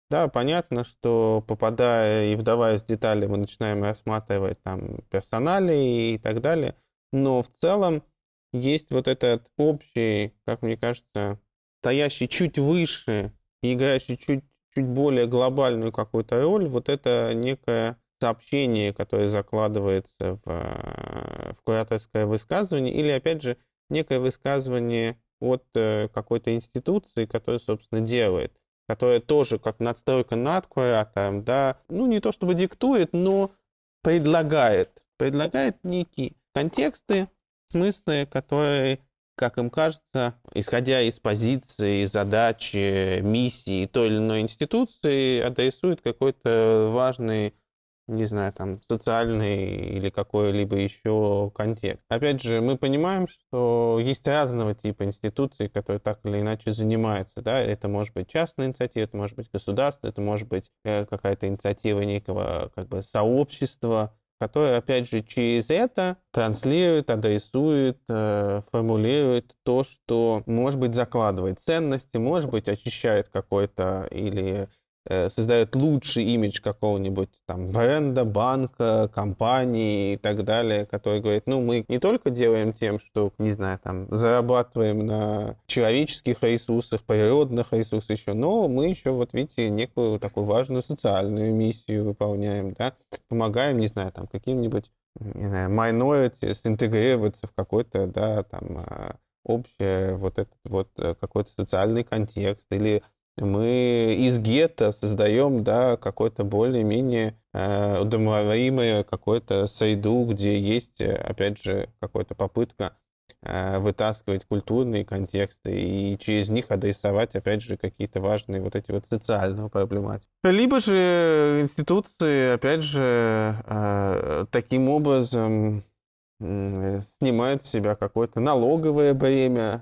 Speaker 2: Да, понятно, что попадая и вдаваясь в детали, мы начинаем рассматривать там персоналии и так далее, но в целом есть вот этот общий, как мне кажется, стоящий чуть выше и играющий чуть, чуть более глобальную какую-то роль, вот это некое сообщение, которое закладывается в, в кураторское высказывание, или, опять же, некое высказывание от какой-то институции, которая, собственно, делает, которая тоже как надстройка над куратором, да, ну, не то чтобы диктует, но предлагает, предлагает некие контексты, смыслы, которые, как им кажется, исходя из позиции, задачи, миссии той или иной институции, адресуют какой-то важный, не знаю, там, социальный или какой-либо еще контекст. Опять же, мы понимаем, что есть разного типа институции, которые так или иначе занимаются, да, это может быть частная инициатива, это может быть государство, это может быть какая-то инициатива некого, как бы, сообщества, которое, опять же, через это транслирует, адресует, формулирует то, что, может быть, закладывает ценности, может быть, очищает какой-то или создает лучший имидж какого-нибудь там бренда, банка, компании и так далее, который говорит, ну, мы не только делаем тем, что, не знаю, там, зарабатываем на человеческих ресурсах, природных ресурсах еще, но мы еще, вот видите, некую такую важную социальную миссию выполняем, да, помогаем, не знаю, там, каким-нибудь, не знаю, minorities интегрироваться в какой-то, да, там, общий вот этот вот какой-то социальный контекст, или мы из гетто создаем, да, какой-то более-менее э, удовлетворимый какой-то среду, где есть, опять же, какая-то попытка э, вытаскивать культурные контексты и через них адресовать, опять же, какие-то важные вот эти вот социальные проблематики. Либо же институции, опять же, э, таким образом снимают с себя какое-то налоговое бремя,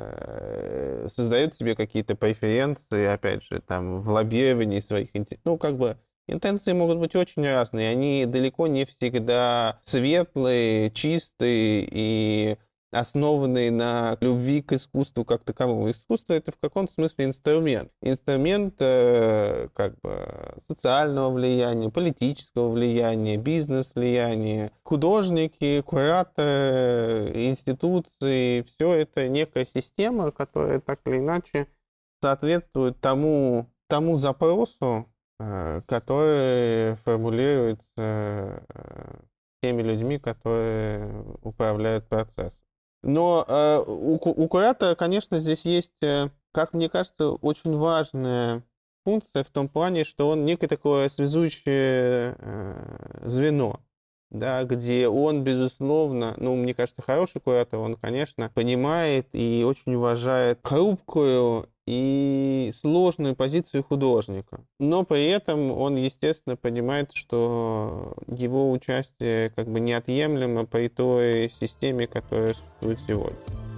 Speaker 2: создают себе какие-то преференции, опять же, там, в лоббировании своих интересов. Ну, как бы, интенции могут быть очень разные, они далеко не всегда светлые, чистые и основанные на любви к искусству как таковому. Искусство — это в каком-то смысле инструмент. Инструмент э, как бы социального влияния, политического влияния, бизнес-влияния. Художники, кураторы, институции — все это некая система, которая так или иначе соответствует тому, тому запросу, э, который формулируется э, теми людьми, которые управляют процессом. Но э, у, у куратора, конечно, здесь есть, э, как мне кажется, очень важная функция в том плане, что он некое такое связующее э, звено, да, где он, безусловно, ну, мне кажется, хороший куратор, он, конечно, понимает и очень уважает хрупкую и сложную позицию художника. Но при этом он, естественно, понимает, что его участие как бы неотъемлемо при той системе, которая существует сегодня.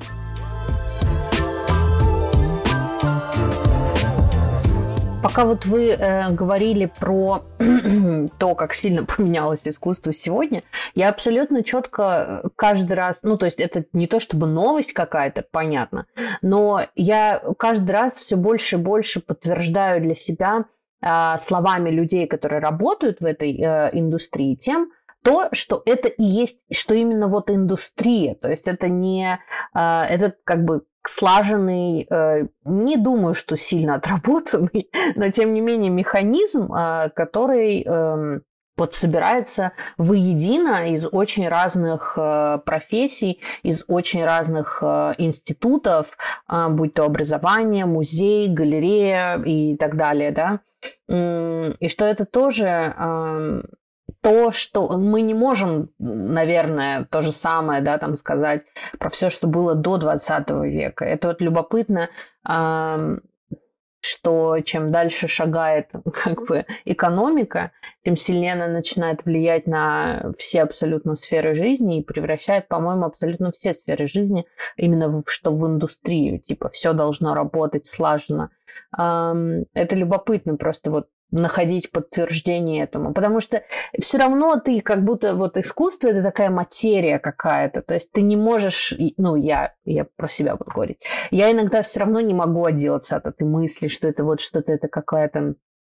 Speaker 3: Пока вот вы э, говорили про то, как сильно поменялось искусство сегодня, я абсолютно четко каждый раз, ну, то есть это не то чтобы новость какая-то, понятно, но я каждый раз все больше и больше подтверждаю для себя э, словами людей, которые работают в этой э, индустрии, тем, то, что это и есть, что именно вот индустрия, то есть это не, э, это как бы слаженный, э, не думаю, что сильно отработанный, но тем не менее механизм, э, который э, вот собирается воедино из очень разных э, профессий, из очень разных э, институтов, э, будь то образование, музей, галерея и так далее, да, и что это тоже э, то, что мы не можем, наверное, то же самое, да, там сказать про все, что было до двадцатого века. Это вот любопытно, э, что чем дальше шагает как бы экономика, тем сильнее она начинает влиять на все абсолютно сферы жизни и превращает, по-моему, абсолютно все сферы жизни именно в, что в индустрию. Типа все должно работать слаженно. Э, это любопытно просто вот находить подтверждение этому, потому что все равно ты как будто вот искусство — это такая материя какая-то, то есть ты не можешь, ну я, я про себя буду говорить, я иногда все равно не могу отделаться от этой мысли, что это вот что-то, это какая-то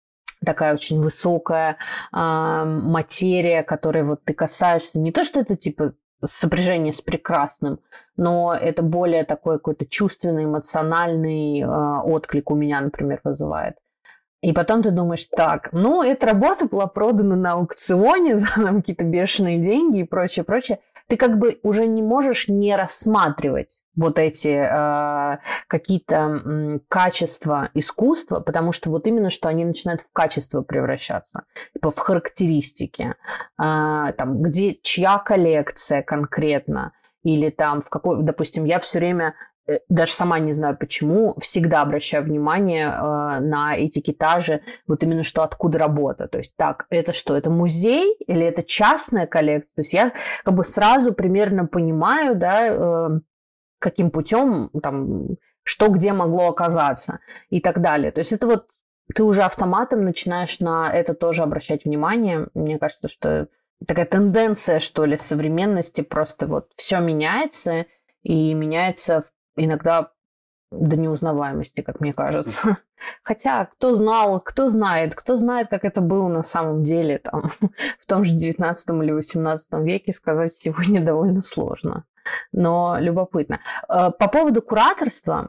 Speaker 3: такая очень высокая э, материя, которой вот ты касаешься. Не то, что это типа сопряжение с прекрасным, но это более такой какой-то чувственный, эмоциональный э, отклик у меня, например, вызывает. И потом ты думаешь, так, ну, эта работа была продана на аукционе за там, какие-то бешеные деньги и прочее, прочее. Ты как бы уже не можешь не рассматривать вот эти э, какие-то э, качества искусства, потому что вот именно, что они начинают в качество превращаться, типа в характеристики, э, там, где чья коллекция конкретно, или там в какой, допустим, я все время... даже сама не знаю почему, всегда обращаю внимание э, на этикетажи, вот именно что откуда работа. То есть так, это что, это музей или это частная коллекция? То есть я как бы сразу примерно понимаю, да, э, каким путем, там, что где могло оказаться и так далее. То есть это вот ты уже автоматом начинаешь на это тоже обращать внимание. Мне кажется, что такая тенденция, что ли, современности, просто вот все меняется, и меняется иногда до неузнаваемости, как мне кажется. Хотя, кто знал, кто знает, кто знает, как это было на самом деле там, в том же девятнадцатом или восемнадцатом веке, сказать сегодня довольно сложно. Но любопытно. По поводу кураторства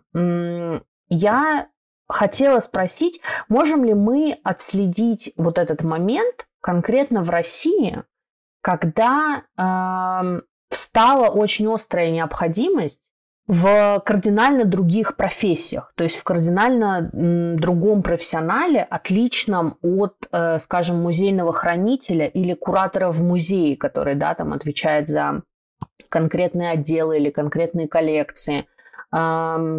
Speaker 3: я хотела спросить, можем ли мы отследить вот этот момент конкретно в России, когда э, встала очень острая необходимость в кардинально других профессиях, то есть в кардинально м, другом профессионале, отличном от, э, скажем, музейного хранителя или куратора в музее, который, да, там отвечает за конкретные отделы или конкретные коллекции, э,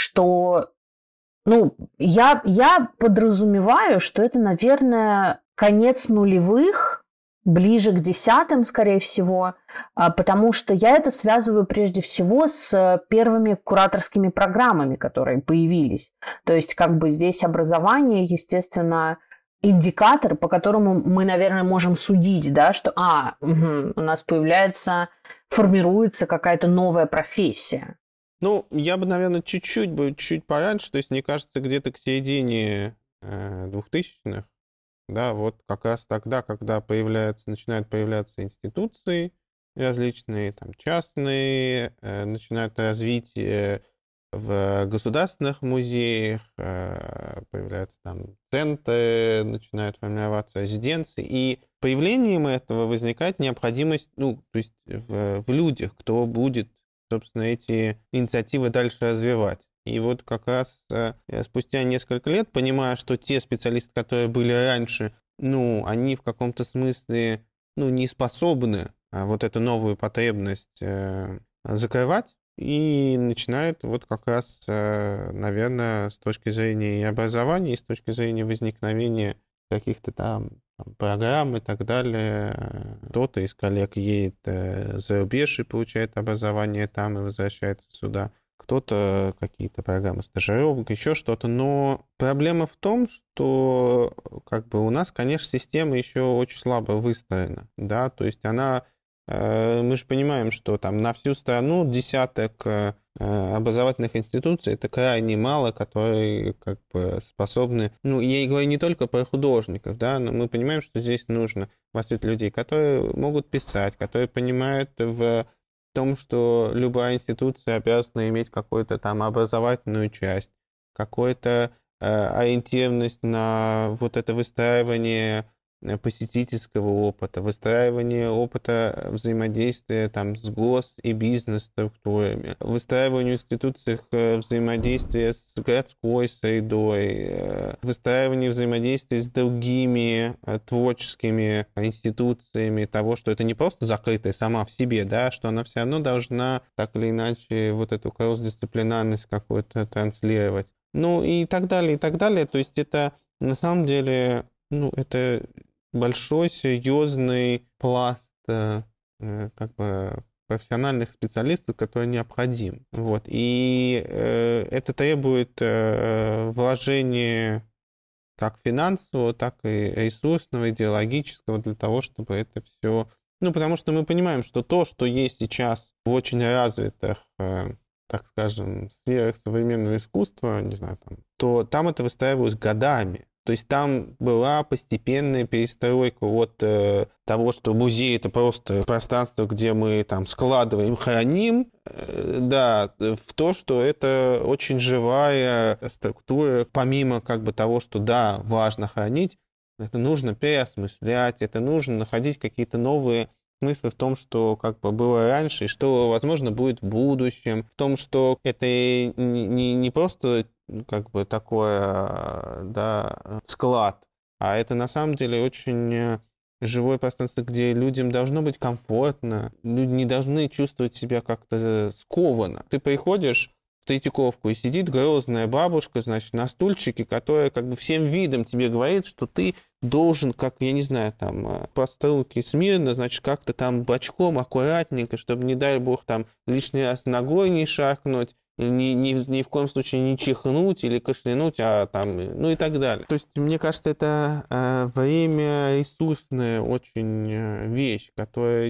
Speaker 3: что, ну, я, я подразумеваю, что это, наверное, конец нулевых, ближе к десятым, скорее всего, потому что я это связываю прежде всего с первыми кураторскими программами, которые появились. То есть как бы здесь образование, естественно, индикатор, по которому мы, наверное, можем судить, да, что а, угу, у нас появляется, формируется какая-то новая профессия.
Speaker 2: Ну, я бы, наверное, чуть-чуть бы, чуть пораньше, то есть, мне кажется, где-то к середине двухтысячных, да, вот как раз тогда, когда появляются, начинают появляться институции различные, там, частные, э, начинают развитие в государственных музеях, э, появляются там центры, начинают формироваться резиденции, и появлением этого возникает необходимость, ну, то есть в, в людях, кто будет, собственно, эти инициативы дальше развивать. И вот как раз э, спустя несколько лет, понимая, что те специалисты, которые были раньше, ну, они в каком-то смысле, ну, не способны а вот эту новую потребность э, закрывать, и начинают вот как раз, э, наверное, с точки зрения и образования, и с точки зрения возникновения каких-то там, там программ и так далее. Кто-то из коллег едет э, за рубеж и получает образование там и возвращается сюда. Кто-то какие-то программы стажировок, еще что-то. Но проблема в том, что как бы у нас, конечно, система еще очень слабо выстроена. Да? То есть она, э, мы же понимаем, что там на всю страну десяток э, образовательных институций это крайне мало, которые как бы способны... Ну, я и говорю не только про художников, да, но мы понимаем, что здесь нужно воспитать людей, которые могут писать, которые понимают в... в том, что любая институция обязана иметь какую-то там образовательную часть, какую-то э, ориентированность на вот это выстраивание посетительского опыта, выстраивание опыта взаимодействия там с гос- и бизнес-структурами, выстраивание в институциях взаимодействия с городской средой, выстраивание взаимодействия с другими творческими институциями, того, что это не просто закрытая сама в себе, да, что она все равно должна так или иначе вот эту кросс-дисциплинарность какую-то транслировать. Ну и так далее, и так далее. То есть это на самом деле, ну, это большой, серьезный пласт э, как бы профессиональных специалистов, который необходим. Вот. И э, это требует э, вложения как финансового, так и ресурсного, идеологического для того, чтобы это все... Ну, потому что мы понимаем, что то, что есть сейчас в очень развитых, э, так скажем, сферах современного искусства, не знаю, там, то там это выстраивалось годами. То есть там была постепенная перестройка от э, того, что музей — это просто пространство, где мы там складываем, храним, э, да, в то, что это очень живая структура. Помимо как бы того, что, да, важно хранить, это нужно переосмыслять, это нужно находить какие-то новые смыслы в том, что как бы было раньше и что, возможно, будет в будущем. В том, что это не, не просто как бы такое, да, склад, а это на самом деле очень живое пространство, где людям должно быть комфортно, люди не должны чувствовать себя как-то скованно. Ты приходишь в Третьяковку, и сидит грозная бабушка, значит, на стульчике, которая как бы всем видом тебе говорит, что ты должен, как, я не знаю, там, по струнке смирно, значит, как-то там бочком, аккуратненько, чтобы, не дай бог, там, лишний раз ногой не шаркнуть, ни, ни, ни в коем случае не чихнуть или кашлянуть, а там, ну и так далее. То есть, мне кажется, это э, время ресурсная очень э, вещь, которая,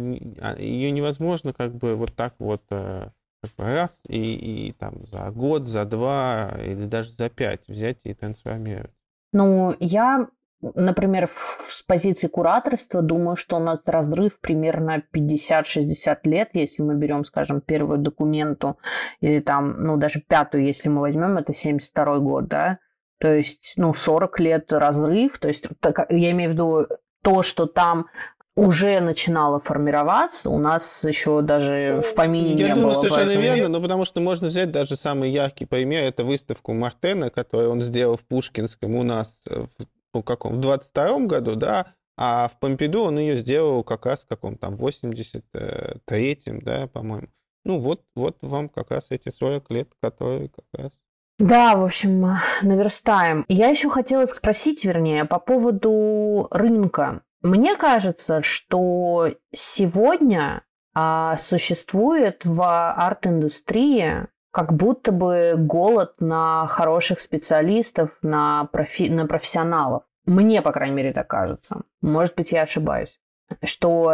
Speaker 2: ее невозможно как бы вот так вот э, как бы раз и, и там за год, за два или даже за пять взять и трансформировать.
Speaker 3: Ну, я, например, с позиции кураторства думаю, что у нас разрыв примерно пятьдесят-шестьдесят лет, если мы берем, скажем, первую документу, или там, ну, даже пятую, если мы возьмем, это семьдесят второй год, да, то есть, ну, сорок лет разрыв, то есть, я имею в виду то, что там уже начинало формироваться, у нас еще даже в помине
Speaker 2: Я
Speaker 3: не
Speaker 2: думаю,
Speaker 3: было.
Speaker 2: совершенно
Speaker 3: поэтому...
Speaker 2: верно, но потому что можно взять даже самый яркий пример, это выставку Мартена, которую он сделал в Пушкинском у нас в, в каком, в двадцать втором году, да, а в Помпиду он ее сделал как раз в каком там восемьдесят третьем, да, по-моему. Ну вот, вот вам как раз эти сорок лет, которые как раз...
Speaker 3: Да, в общем, наверстаем. Я еще хотела спросить, вернее, по поводу рынка. Мне кажется, что сегодня а, существует в арт-индустрии как будто бы голод на хороших специалистов, на, профи- на профессионалов. Мне, по крайней мере, так кажется. Может быть, я ошибаюсь. Что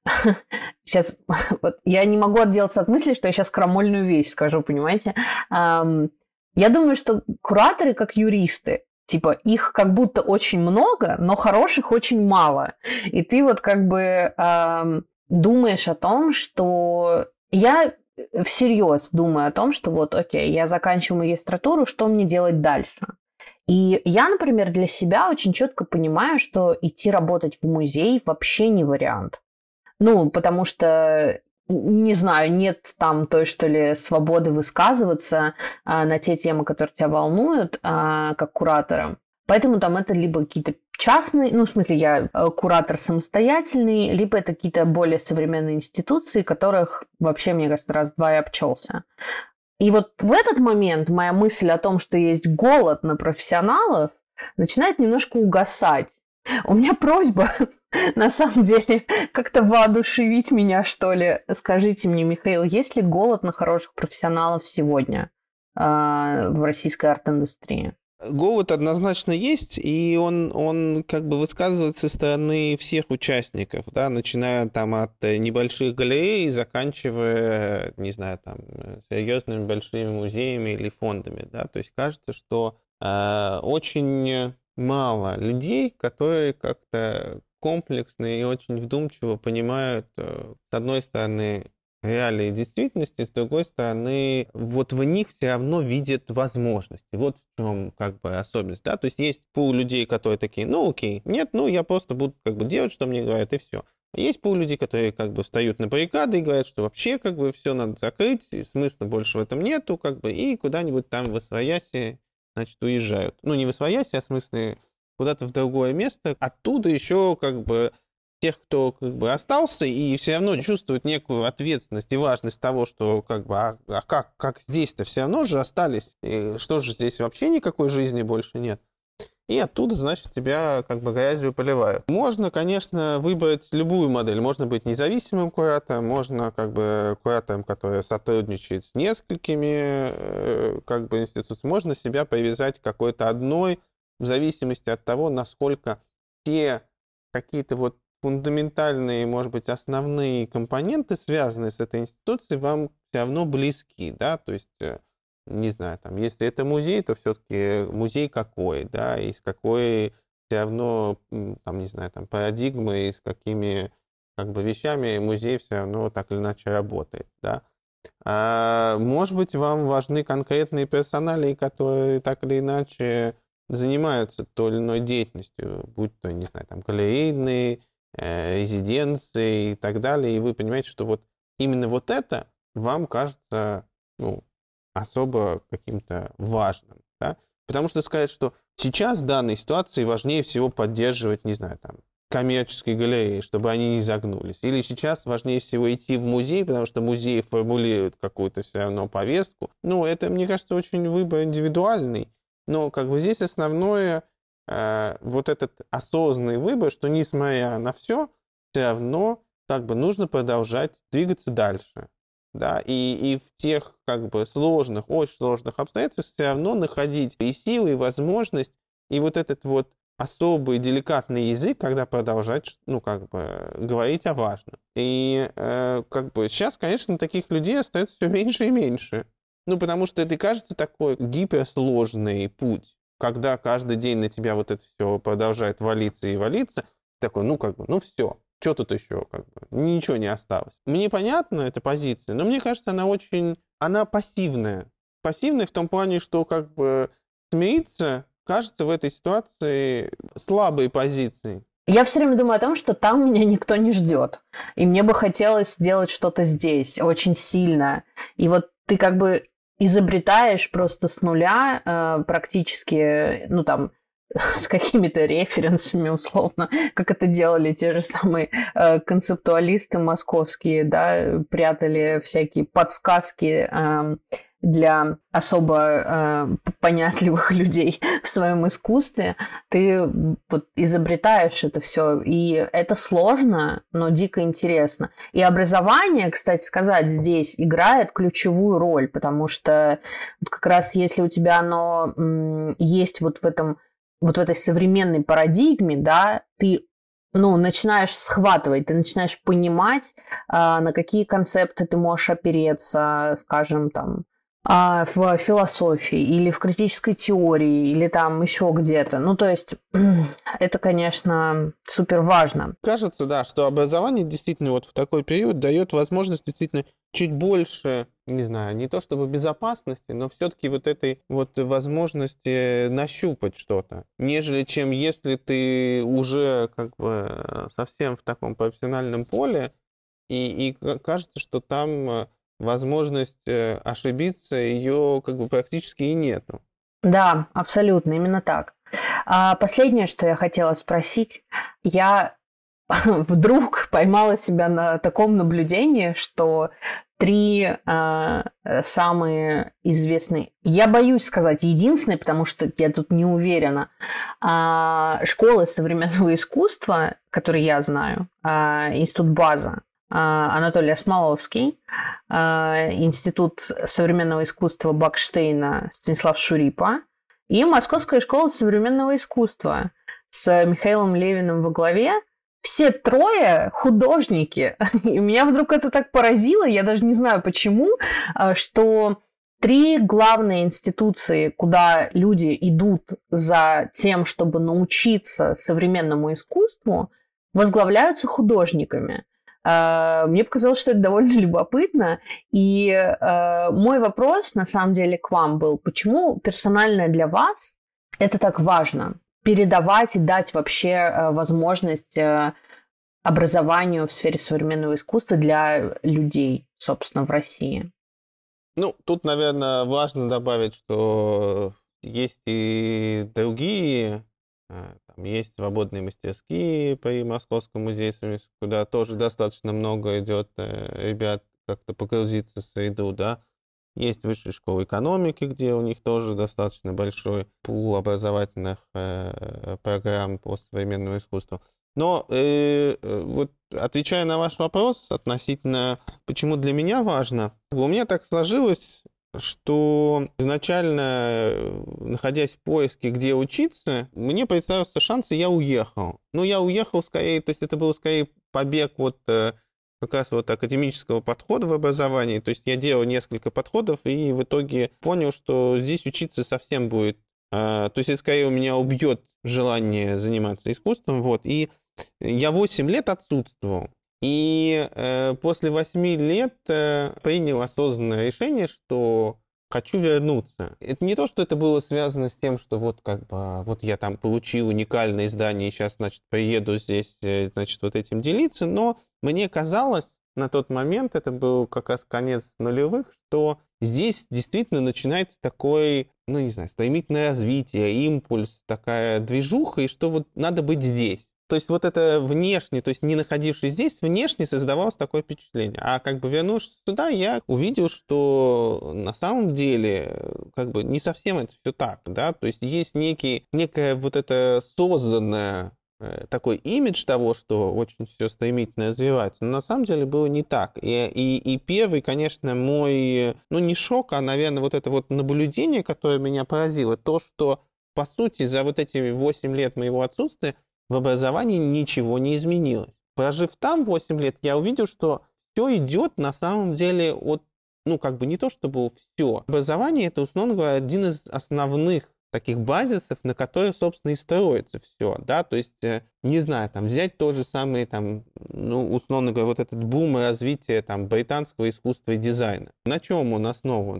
Speaker 3: сейчас... Вот, я не могу отделаться от мысли, что я сейчас крамольную вещь скажу, понимаете? Um, я думаю, что кураторы, как юристы, типа, их как будто очень много, но хороших очень мало. И ты вот как бы э, думаешь о том, что... Я всерьез думаю о том, что вот, окей, я заканчиваю магистратуру, что мне делать дальше? И я, например, для себя очень четко понимаю, что идти работать в музей вообще не вариант. Ну, потому что... Не знаю, нет там той, что ли, свободы высказываться а, на те темы, которые тебя волнуют, а, как куратора. Поэтому там это либо какие-то частные, ну, в смысле, я куратор самостоятельный, либо это какие-то более современные институции, которых вообще, мне кажется, раз-два и обчелся. И вот в этот момент моя мысль о том, что есть голод на профессионалов, начинает немножко угасать. У меня просьба, на самом деле, как-то воодушевить меня, что ли. Скажите мне, Михаил, есть ли голод на хороших профессионалов сегодня э, в российской арт-индустрии?
Speaker 2: Голод однозначно есть, и он, он как бы высказывается со стороны всех участников, да, начиная там от небольших галерей, заканчивая, не знаю, там, серьезными большими музеями или фондами, да, то есть кажется, что э, очень... мало людей, которые как-то комплексно и очень вдумчиво понимают, с одной стороны, реалии действительности, с другой стороны, вот в них все равно видят возможности. Вот в чем как бы особенность. Да? То есть есть пул людей, которые такие, ну окей, нет, ну я просто буду как бы делать, что мне говорят, и все. А есть пул людей, которые как бы встают на баррикады и говорят, что вообще как бы все надо закрыть, и смысла больше в этом нету, как бы, и куда-нибудь там в освояси, значит, уезжают. Ну, не в освояси, а в смысле куда-то в другое место. Оттуда еще как бы тех, кто как бы остался и все равно чувствует некую ответственность и важность того, что как бы, а, а как, как здесь-то все равно же остались, и что же здесь вообще никакой жизни больше нет. И оттуда, значит, тебя как бы грязью поливают. Можно, конечно, выбрать любую модель. Можно быть независимым куратором, можно как бы куратором, который сотрудничает с несколькими как бы институциями. Можно себя привязать к какой-то одной, в зависимости от того, насколько те какие-то вот фундаментальные, может быть, основные компоненты, связанные с этой институцией, вам все равно близки, да, то есть не знаю, там, если это музей, то все-таки музей какой, да, и с какой все равно, там, не знаю, там, парадигмой, и с какими, как бы, вещами музей все равно так или иначе работает, да. А, может быть, вам важны конкретные персонали, которые так или иначе занимаются той или иной деятельностью, будь то, не знаю, там, галерейные, э, резиденции и так далее, и вы понимаете, что вот именно вот это вам кажется, ну, особо каким-то важным, да? Потому что сказать, что сейчас в данной ситуации важнее всего поддерживать, не знаю, там, коммерческие галереи, чтобы они не загнулись. Или сейчас важнее всего идти в музей, потому что музей формулирует какую-то все равно повестку. Ну, это, мне кажется, очень выбор индивидуальный. Но как бы здесь основное э, вот этот осознанный выбор, что несмотря на все, все равно как бы нужно продолжать двигаться дальше. Да, и, и в тех как бы сложных, очень сложных обстоятельствах все равно находить и силы, и возможность, и вот этот вот особый деликатный язык, когда продолжать, ну, как бы, говорить о важном. И э, как бы сейчас, конечно, таких людей остается все меньше и меньше. Ну, потому что это кажется такой гиперсложный путь, когда каждый день на тебя вот это все продолжает валиться и валиться, такой, ну, как бы, ну, все, что тут еще, как бы, ничего не осталось. Мне понятна эта позиция, но мне кажется, она очень, она пассивная. Пассивная в том плане, что, как бы, смириться, кажется, в этой ситуации слабой позицией.
Speaker 3: Я все время думаю о том, что там меня никто не ждет. И мне бы хотелось сделать что-то здесь очень сильно. И вот ты как бы изобретаешь просто с нуля э, практически, ну там, с какими-то референсами, условно, как это делали те же самые э, концептуалисты московские, да, прятали всякие подсказки э, для особо э, понятливых людей в своем искусстве. Ты вот изобретаешь это все, и это сложно, но дико интересно. И образование, кстати сказать, здесь играет ключевую роль, потому что вот как раз если у тебя оно м, есть вот в этом вот в этой современной парадигме, да, ты, ну, начинаешь схватывать, ты начинаешь понимать, а, на какие концепты ты можешь опереться, скажем, там, а, в философии или в критической теории, или там еще где-то. Ну, то есть, это, конечно, супер важно.
Speaker 2: Кажется, да, что образование действительно вот в такой период дает возможность действительно чуть больше, не знаю, не то чтобы безопасности, но все-таки вот этой вот возможности нащупать что-то, нежели чем если ты уже как бы совсем в таком профессиональном поле, и, и кажется, что там возможность ошибиться, ее как бы практически и нету.
Speaker 3: Да, абсолютно, именно так. А последнее, что я хотела спросить, я вдруг поймала себя на таком наблюдении, что три э, самые известные, я боюсь сказать единственные, потому что я тут не уверена, э, школы современного искусства, которые я знаю, э, Институт База, э, Анатолий Осмоловский, э, Институт современного искусства Бакштейна Станислав Шурипа и Московская школа современного искусства с Михаилом Левиным во главе. Все трое художники. И меня вдруг это так поразило, я даже не знаю почему, что три главные институции, куда люди идут за тем, чтобы научиться современному искусству, возглавляются художниками. Мне показалось, что это довольно любопытно. И мой вопрос, на самом деле, к вам был, почему персонально для вас это так важно? Передавать и дать вообще возможность образованию в сфере современного искусства для людей, собственно, в России.
Speaker 2: Ну, тут, наверное, важно добавить, что есть и другие, там есть свободные мастерские при Московском музее, куда тоже достаточно много идет ребят как-то погрузиться в среду, да. Есть высшая школа экономики, где у них тоже достаточно большой пул образовательных э, программ по современному искусству. Но э, вот отвечая на ваш вопрос относительно, почему для меня важно, у меня так сложилось, что изначально, находясь в поиске, где учиться, мне представился шанс, и я уехал. Но я уехал скорее, то есть это был скорее побег вот как раз вот академического подхода в образовании. То есть я делал несколько подходов и в итоге понял, что здесь учиться совсем будет... То есть это скорее у меня убьет желание заниматься искусством. Вот. И я восемь лет отсутствовал. И э, после восьми лет э, принял осознанное решение, что хочу вернуться. Это не то, что это было связано с тем, что вот как бы вот я там получил уникальное издание и сейчас, значит, приеду здесь, значит, вот этим делиться, но мне казалось на тот момент, это был как раз конец нулевых, что здесь действительно начинается такой, ну не знаю, стремительное развитие, импульс, такая движуха, и что вот надо быть здесь. То есть вот это внешне, то есть не находившись здесь, внешне создавалось такое впечатление. А как бы вернувшись туда, я увидел, что на самом деле как бы не совсем это все так, да, то есть есть некий, некое вот это созданное такой имидж того, что очень все стремительно развивается, но на самом деле было не так. И, и, и первый, конечно, мой, ну не шок, а, наверное, вот это вот наблюдение, которое меня поразило, то, что, по сути, за вот эти восемь лет моего отсутствия в образовании ничего не изменилось. Прожив там восемь лет, я увидел, что все идет на самом деле от, ну, как бы не то чтобы все. Образование — это, условно говоря, один из основных таких базисов, на которые, собственно, и строится все, да, то есть, не знаю, там, взять то же самое, там, ну, условно говоря, вот этот бум и развитие, там, британского искусства и дизайна. На чем он основан?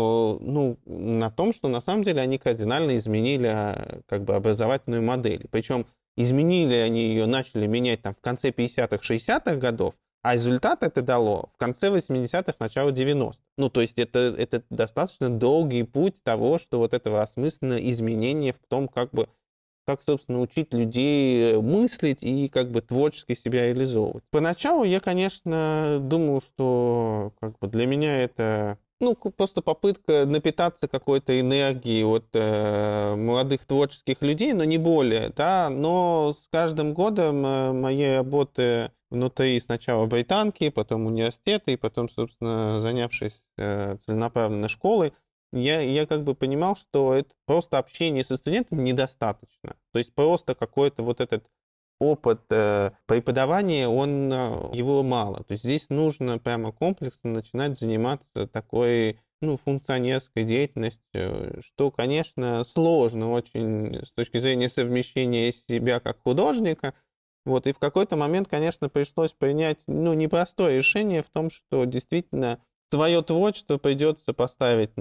Speaker 2: Ну, на том, что, на самом деле, они кардинально изменили, как бы, образовательную модель. Причем изменили они ее, начали менять там в конце пятидесятых, шестидесятых годов, а результат это дало в конце восьмидесятых, начало девяностых. Ну, то есть это, это достаточно долгий путь того, что вот этого осмысленного изменения в том, как бы, как, собственно, учить людей мыслить и как бы творчески себя реализовывать. Поначалу я, конечно, думал, что как бы для меня это... Ну, просто попытка напитаться какой-то энергией от э, молодых творческих людей, но не более, да. Но с каждым годом э, моей работы внутри сначала британки, потом университета, и потом, собственно, занявшись э, целенаправленно школой, я, я как бы понимал, что это просто общение со студентами недостаточно. То есть просто какой-то вот этот опыт э, преподавания, он, э, его мало. То есть здесь нужно прямо комплексно начинать заниматься такой, ну, функционерской деятельностью, что, конечно, сложно очень с точки зрения совмещения себя как художника. Вот, и в какой-то момент, конечно, пришлось принять, ну, непростое решение в том, что действительно свое творчество придется поставить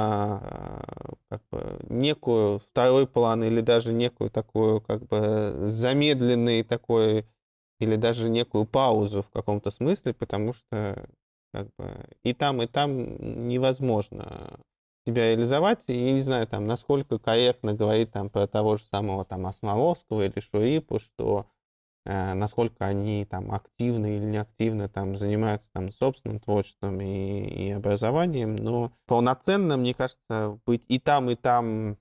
Speaker 2: на как бы, некую второй план или даже некую такую как бы замедленный такой или даже некую паузу в каком-то смысле, потому что как бы, и там, и там невозможно себя реализовать. И я не знаю, там, насколько корректно говорить там, про того же самого там, Осмоловского или Шурипу, что насколько они там активно или неактивно там занимаются там собственным творчеством и, и образованием, но полноценно, мне кажется, быть и там, и там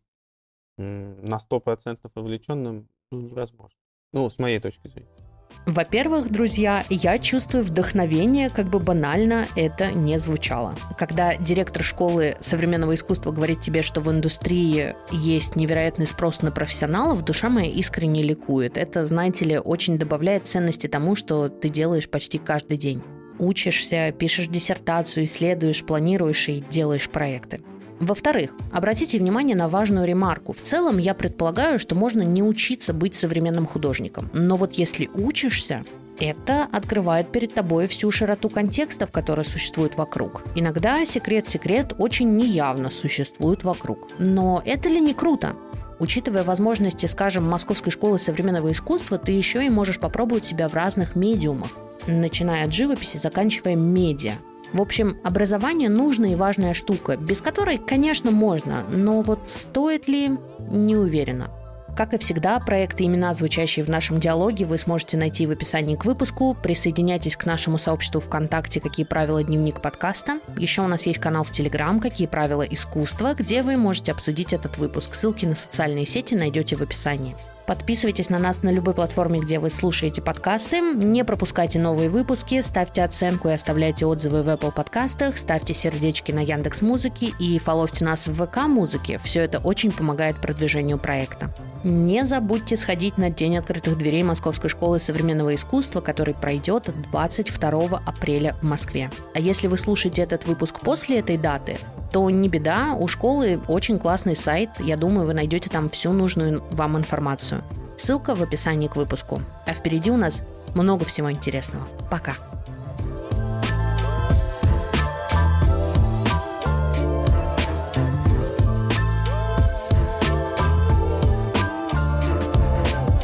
Speaker 2: на сто процентов вовлеченным ну, невозможно. Ну, с моей точки зрения.
Speaker 1: Во-первых, друзья, я чувствую вдохновение, как бы банально это не звучало. Когда директор школы современного искусства говорит тебе, что в индустрии есть невероятный спрос на профессионалов, душа моя искренне ликует. Это, знаете ли, очень добавляет ценности тому, что ты делаешь почти каждый день. Учишься, пишешь диссертацию, исследуешь, планируешь и делаешь проекты. Во-вторых, обратите внимание на важную ремарку. В целом, я предполагаю, что можно не учиться быть современным художником. Но вот если учишься, это открывает перед тобой всю широту контекстов, которые существуют вокруг. Иногда секрет-секрет очень неявно существует вокруг. Но это ли не круто? Учитывая возможности, скажем, Московской школы современного искусства, ты еще и можешь попробовать себя в разных медиумах, начиная от живописи, заканчивая медиа. В общем, образование нужная и важная штука, без которой, конечно, можно, но вот стоит ли, не уверена. Как и всегда, проекты и имена, звучащие в нашем диалоге, вы сможете найти в описании к выпуску. Присоединяйтесь к нашему сообществу ВКонтакте «Какие правила дневник подкаста». Еще у нас есть канал в Телеграм «Какие правила искусства», где вы можете обсудить этот выпуск. Ссылки на социальные сети найдете в описании. Подписывайтесь на нас на любой платформе, где вы слушаете подкасты. Не пропускайте новые выпуски, ставьте оценку и оставляйте отзывы в Apple подкастах, ставьте сердечки на Яндекс.Музыке и фоловьте нас в ВК-музыке. Все это очень помогает продвижению проекта. Не забудьте сходить на День открытых дверей Московской школы современного искусства, который пройдет двадцать второго апреля в Москве. А если вы слушаете этот выпуск после этой даты, то не беда, у школы очень классный сайт, я думаю, вы найдете там всю нужную вам информацию. Ссылка в описании к выпуску. А впереди у нас много всего интересного. Пока!